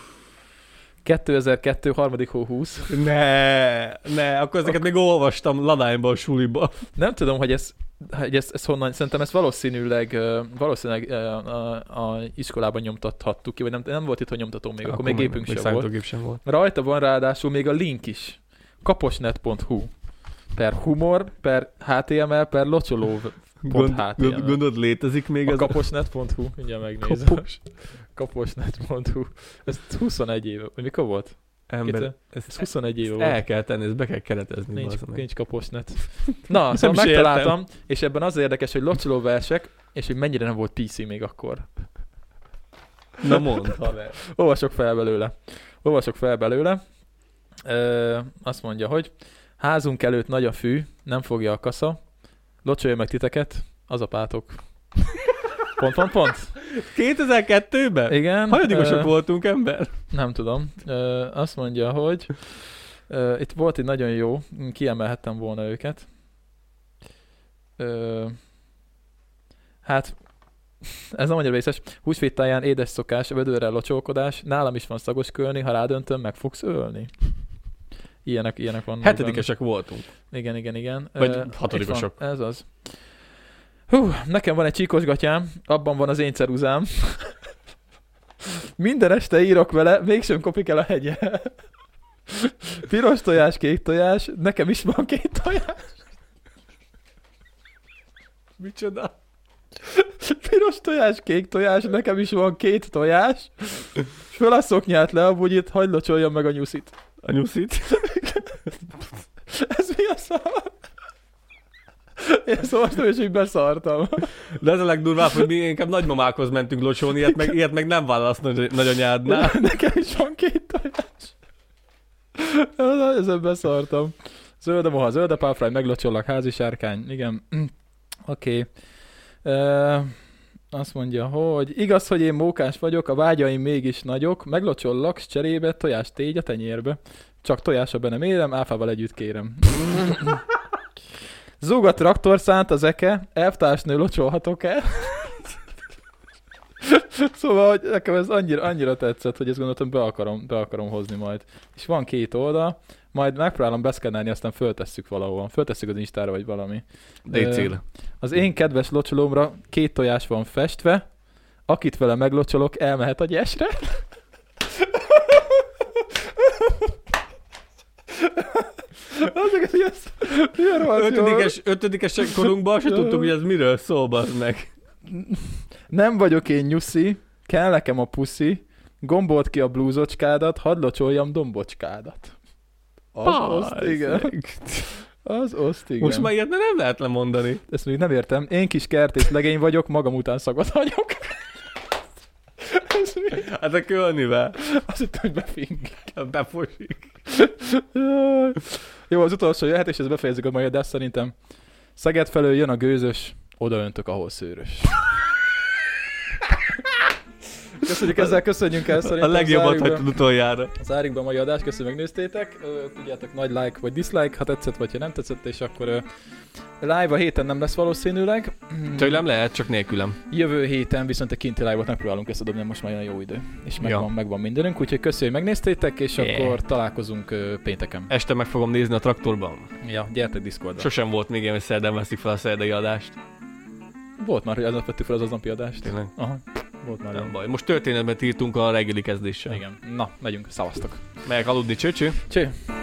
Speaker 1: 2002. 3. hó 20.
Speaker 2: Ne, akkor ezeket még olvastam ladányban a suliba.
Speaker 1: Nem tudom, hogy ez honnan, szerintem ezt valószínűleg a iskolában nyomtathattuk ki, vagy nem volt itt, hogy nyomtató még, akkor még gépünk sem volt. Rajta van ráadásul még a link is. kaposnet.hu /humor/html /locsoló.html.
Speaker 2: Gondolod, létezik még
Speaker 1: a kaposnet.hu? Mindjárt megnézem. Kaposnet.hu. Ez 21 éve. Mikor volt?
Speaker 2: Ember,
Speaker 1: ez 21 éve volt.
Speaker 2: El kell tenni, ezt be kell keretezni.
Speaker 1: Nincs kaposnet. Na, szóval megtaláltam, és ebben az érdekes, hogy locsoló versek, és hogy mennyire nem volt PC még akkor.
Speaker 2: Na mondd, haver.
Speaker 1: Olvasok fel belőle. Azt mondja, hogy házunk előtt nagy a fű, nem fogja a kasza, locsolja meg titeket, az apátok. Pont.
Speaker 2: 2002-ben?
Speaker 1: Igen.
Speaker 2: Hanyadikosok voltunk, ember?
Speaker 1: Nem tudom. Azt mondja, hogy itt volt egy nagyon jó, kiemelhettem volna őket. Hát, ez nem annyira vészes. Húsvét táján édes szokás, vödörrel locsolkodás, nálam is van szagos kölni, ha rádöntöm, meg fogsz ölni. Ilyenek vannak.
Speaker 2: 7-esek voltunk.
Speaker 1: Igen.
Speaker 2: Vagy 6-osok.
Speaker 1: Ez az. Nekem van egy csíkos gatyám, abban van az én ceruzám. Minden este írok vele, mégsem kopik el a hegye. Piros tojás, kék tojás, nekem is van 2 tojás.
Speaker 2: Micsoda?
Speaker 1: Piros tojás, kék tojás, nekem is van 2 tojás. Föl a szoknyát, le a bugyit, hagyd locsoljam meg a nyuszit.
Speaker 2: A nyuszit?
Speaker 1: Ez mi a szar? Én szóval most is így beszartam.
Speaker 2: De ez a legdurvább, hogy mi inkább nagymamákhoz mentünk locsolni, ilyet meg nem válasz nagyanyádnál.
Speaker 1: Nekem is van 2 tojás. Ezen beszartam. Zöld a moha, zöld a páfráj, meglocsollak, házi sárkány. Igen. Oké. Azt mondja, hogy igaz, hogy én mókás vagyok, a vágyaim mégis nagyok, meglocsollak, s cserébe tojás tégy a tenyérbe. Csak tojásra be nem érem, áfával együtt kérem. Zúg a traktorszánt az eke, elvtársnő locsolhatok-e? Szóval, hogy nekem ez annyira tetszett, hogy ezt gondoltam, be akarom hozni majd. És van 2 oldal, majd megpróbálom beszkennelni, aztán föltesszük valahol. Föltesszük az Instára, vagy valami.
Speaker 2: Légy cél.
Speaker 1: Az én kedves locsolómra 2 tojás van festve, Akit vele meglocsolok, elmehet a gyesre.
Speaker 2: Ötödikes korunkban se tudtuk, hogy ez miről szól, bazd meg.
Speaker 1: Nem vagyok én nyuszi, kell nekem a puszi, gombolt ki a blúzocskádat, hadd locsoljam dombocskádat. Az oszt, igen. Az oszt, igen.
Speaker 2: Most már ilyet nem lehet lemondani.
Speaker 1: Ezt még nem értem. Én kis kertész legény vagyok, magam után szagot hagyok.
Speaker 2: Hát a kölnivel.
Speaker 1: Azt hittem, hogy befink.
Speaker 2: Befosik.
Speaker 1: Jó, az utolsó jöhet, és ezt befejezzük a mai adást szerintem. Szeged felől jön a gőzös, odaöntök, ahol szőrös. Köszönjük, ezzel köszönjünk el szerintem.
Speaker 2: A legjobbat hagytad utoljára.
Speaker 1: Zárjuk be a mai adást, köszönjük, megnéztétek. Tudjátok, nagy like vagy dislike, ha tetszett vagy ha nem tetszett, és akkor live a héten nem lesz valószínűleg.
Speaker 2: Tőlem lehet, csak nélkülem.
Speaker 1: Jövő héten viszont egy kinti live-ot megpróbálunk ezt dobni, most már jön a jó idő. És megvan mindenünk, úgyhogy köszönjük, hogy megnéztétek, és akkor találkozunk pénteken.
Speaker 2: Este meg fogom nézni a traktorban.
Speaker 1: Ja, gyertek Discordra.
Speaker 2: Sosem volt még ilyen, hogy szerdán veszik fel a szerdai adást.
Speaker 1: Volt már, hogy aznap vettük fel az aznapi adást.
Speaker 2: Tényleg?
Speaker 1: Aha. Volt már.
Speaker 2: Nem baj. Most történetben írtunk a reggeli kezdéssel.
Speaker 1: Igen. Na, megyünk. Szavaztok.
Speaker 2: Megyek aludni, cső.
Speaker 1: Cső.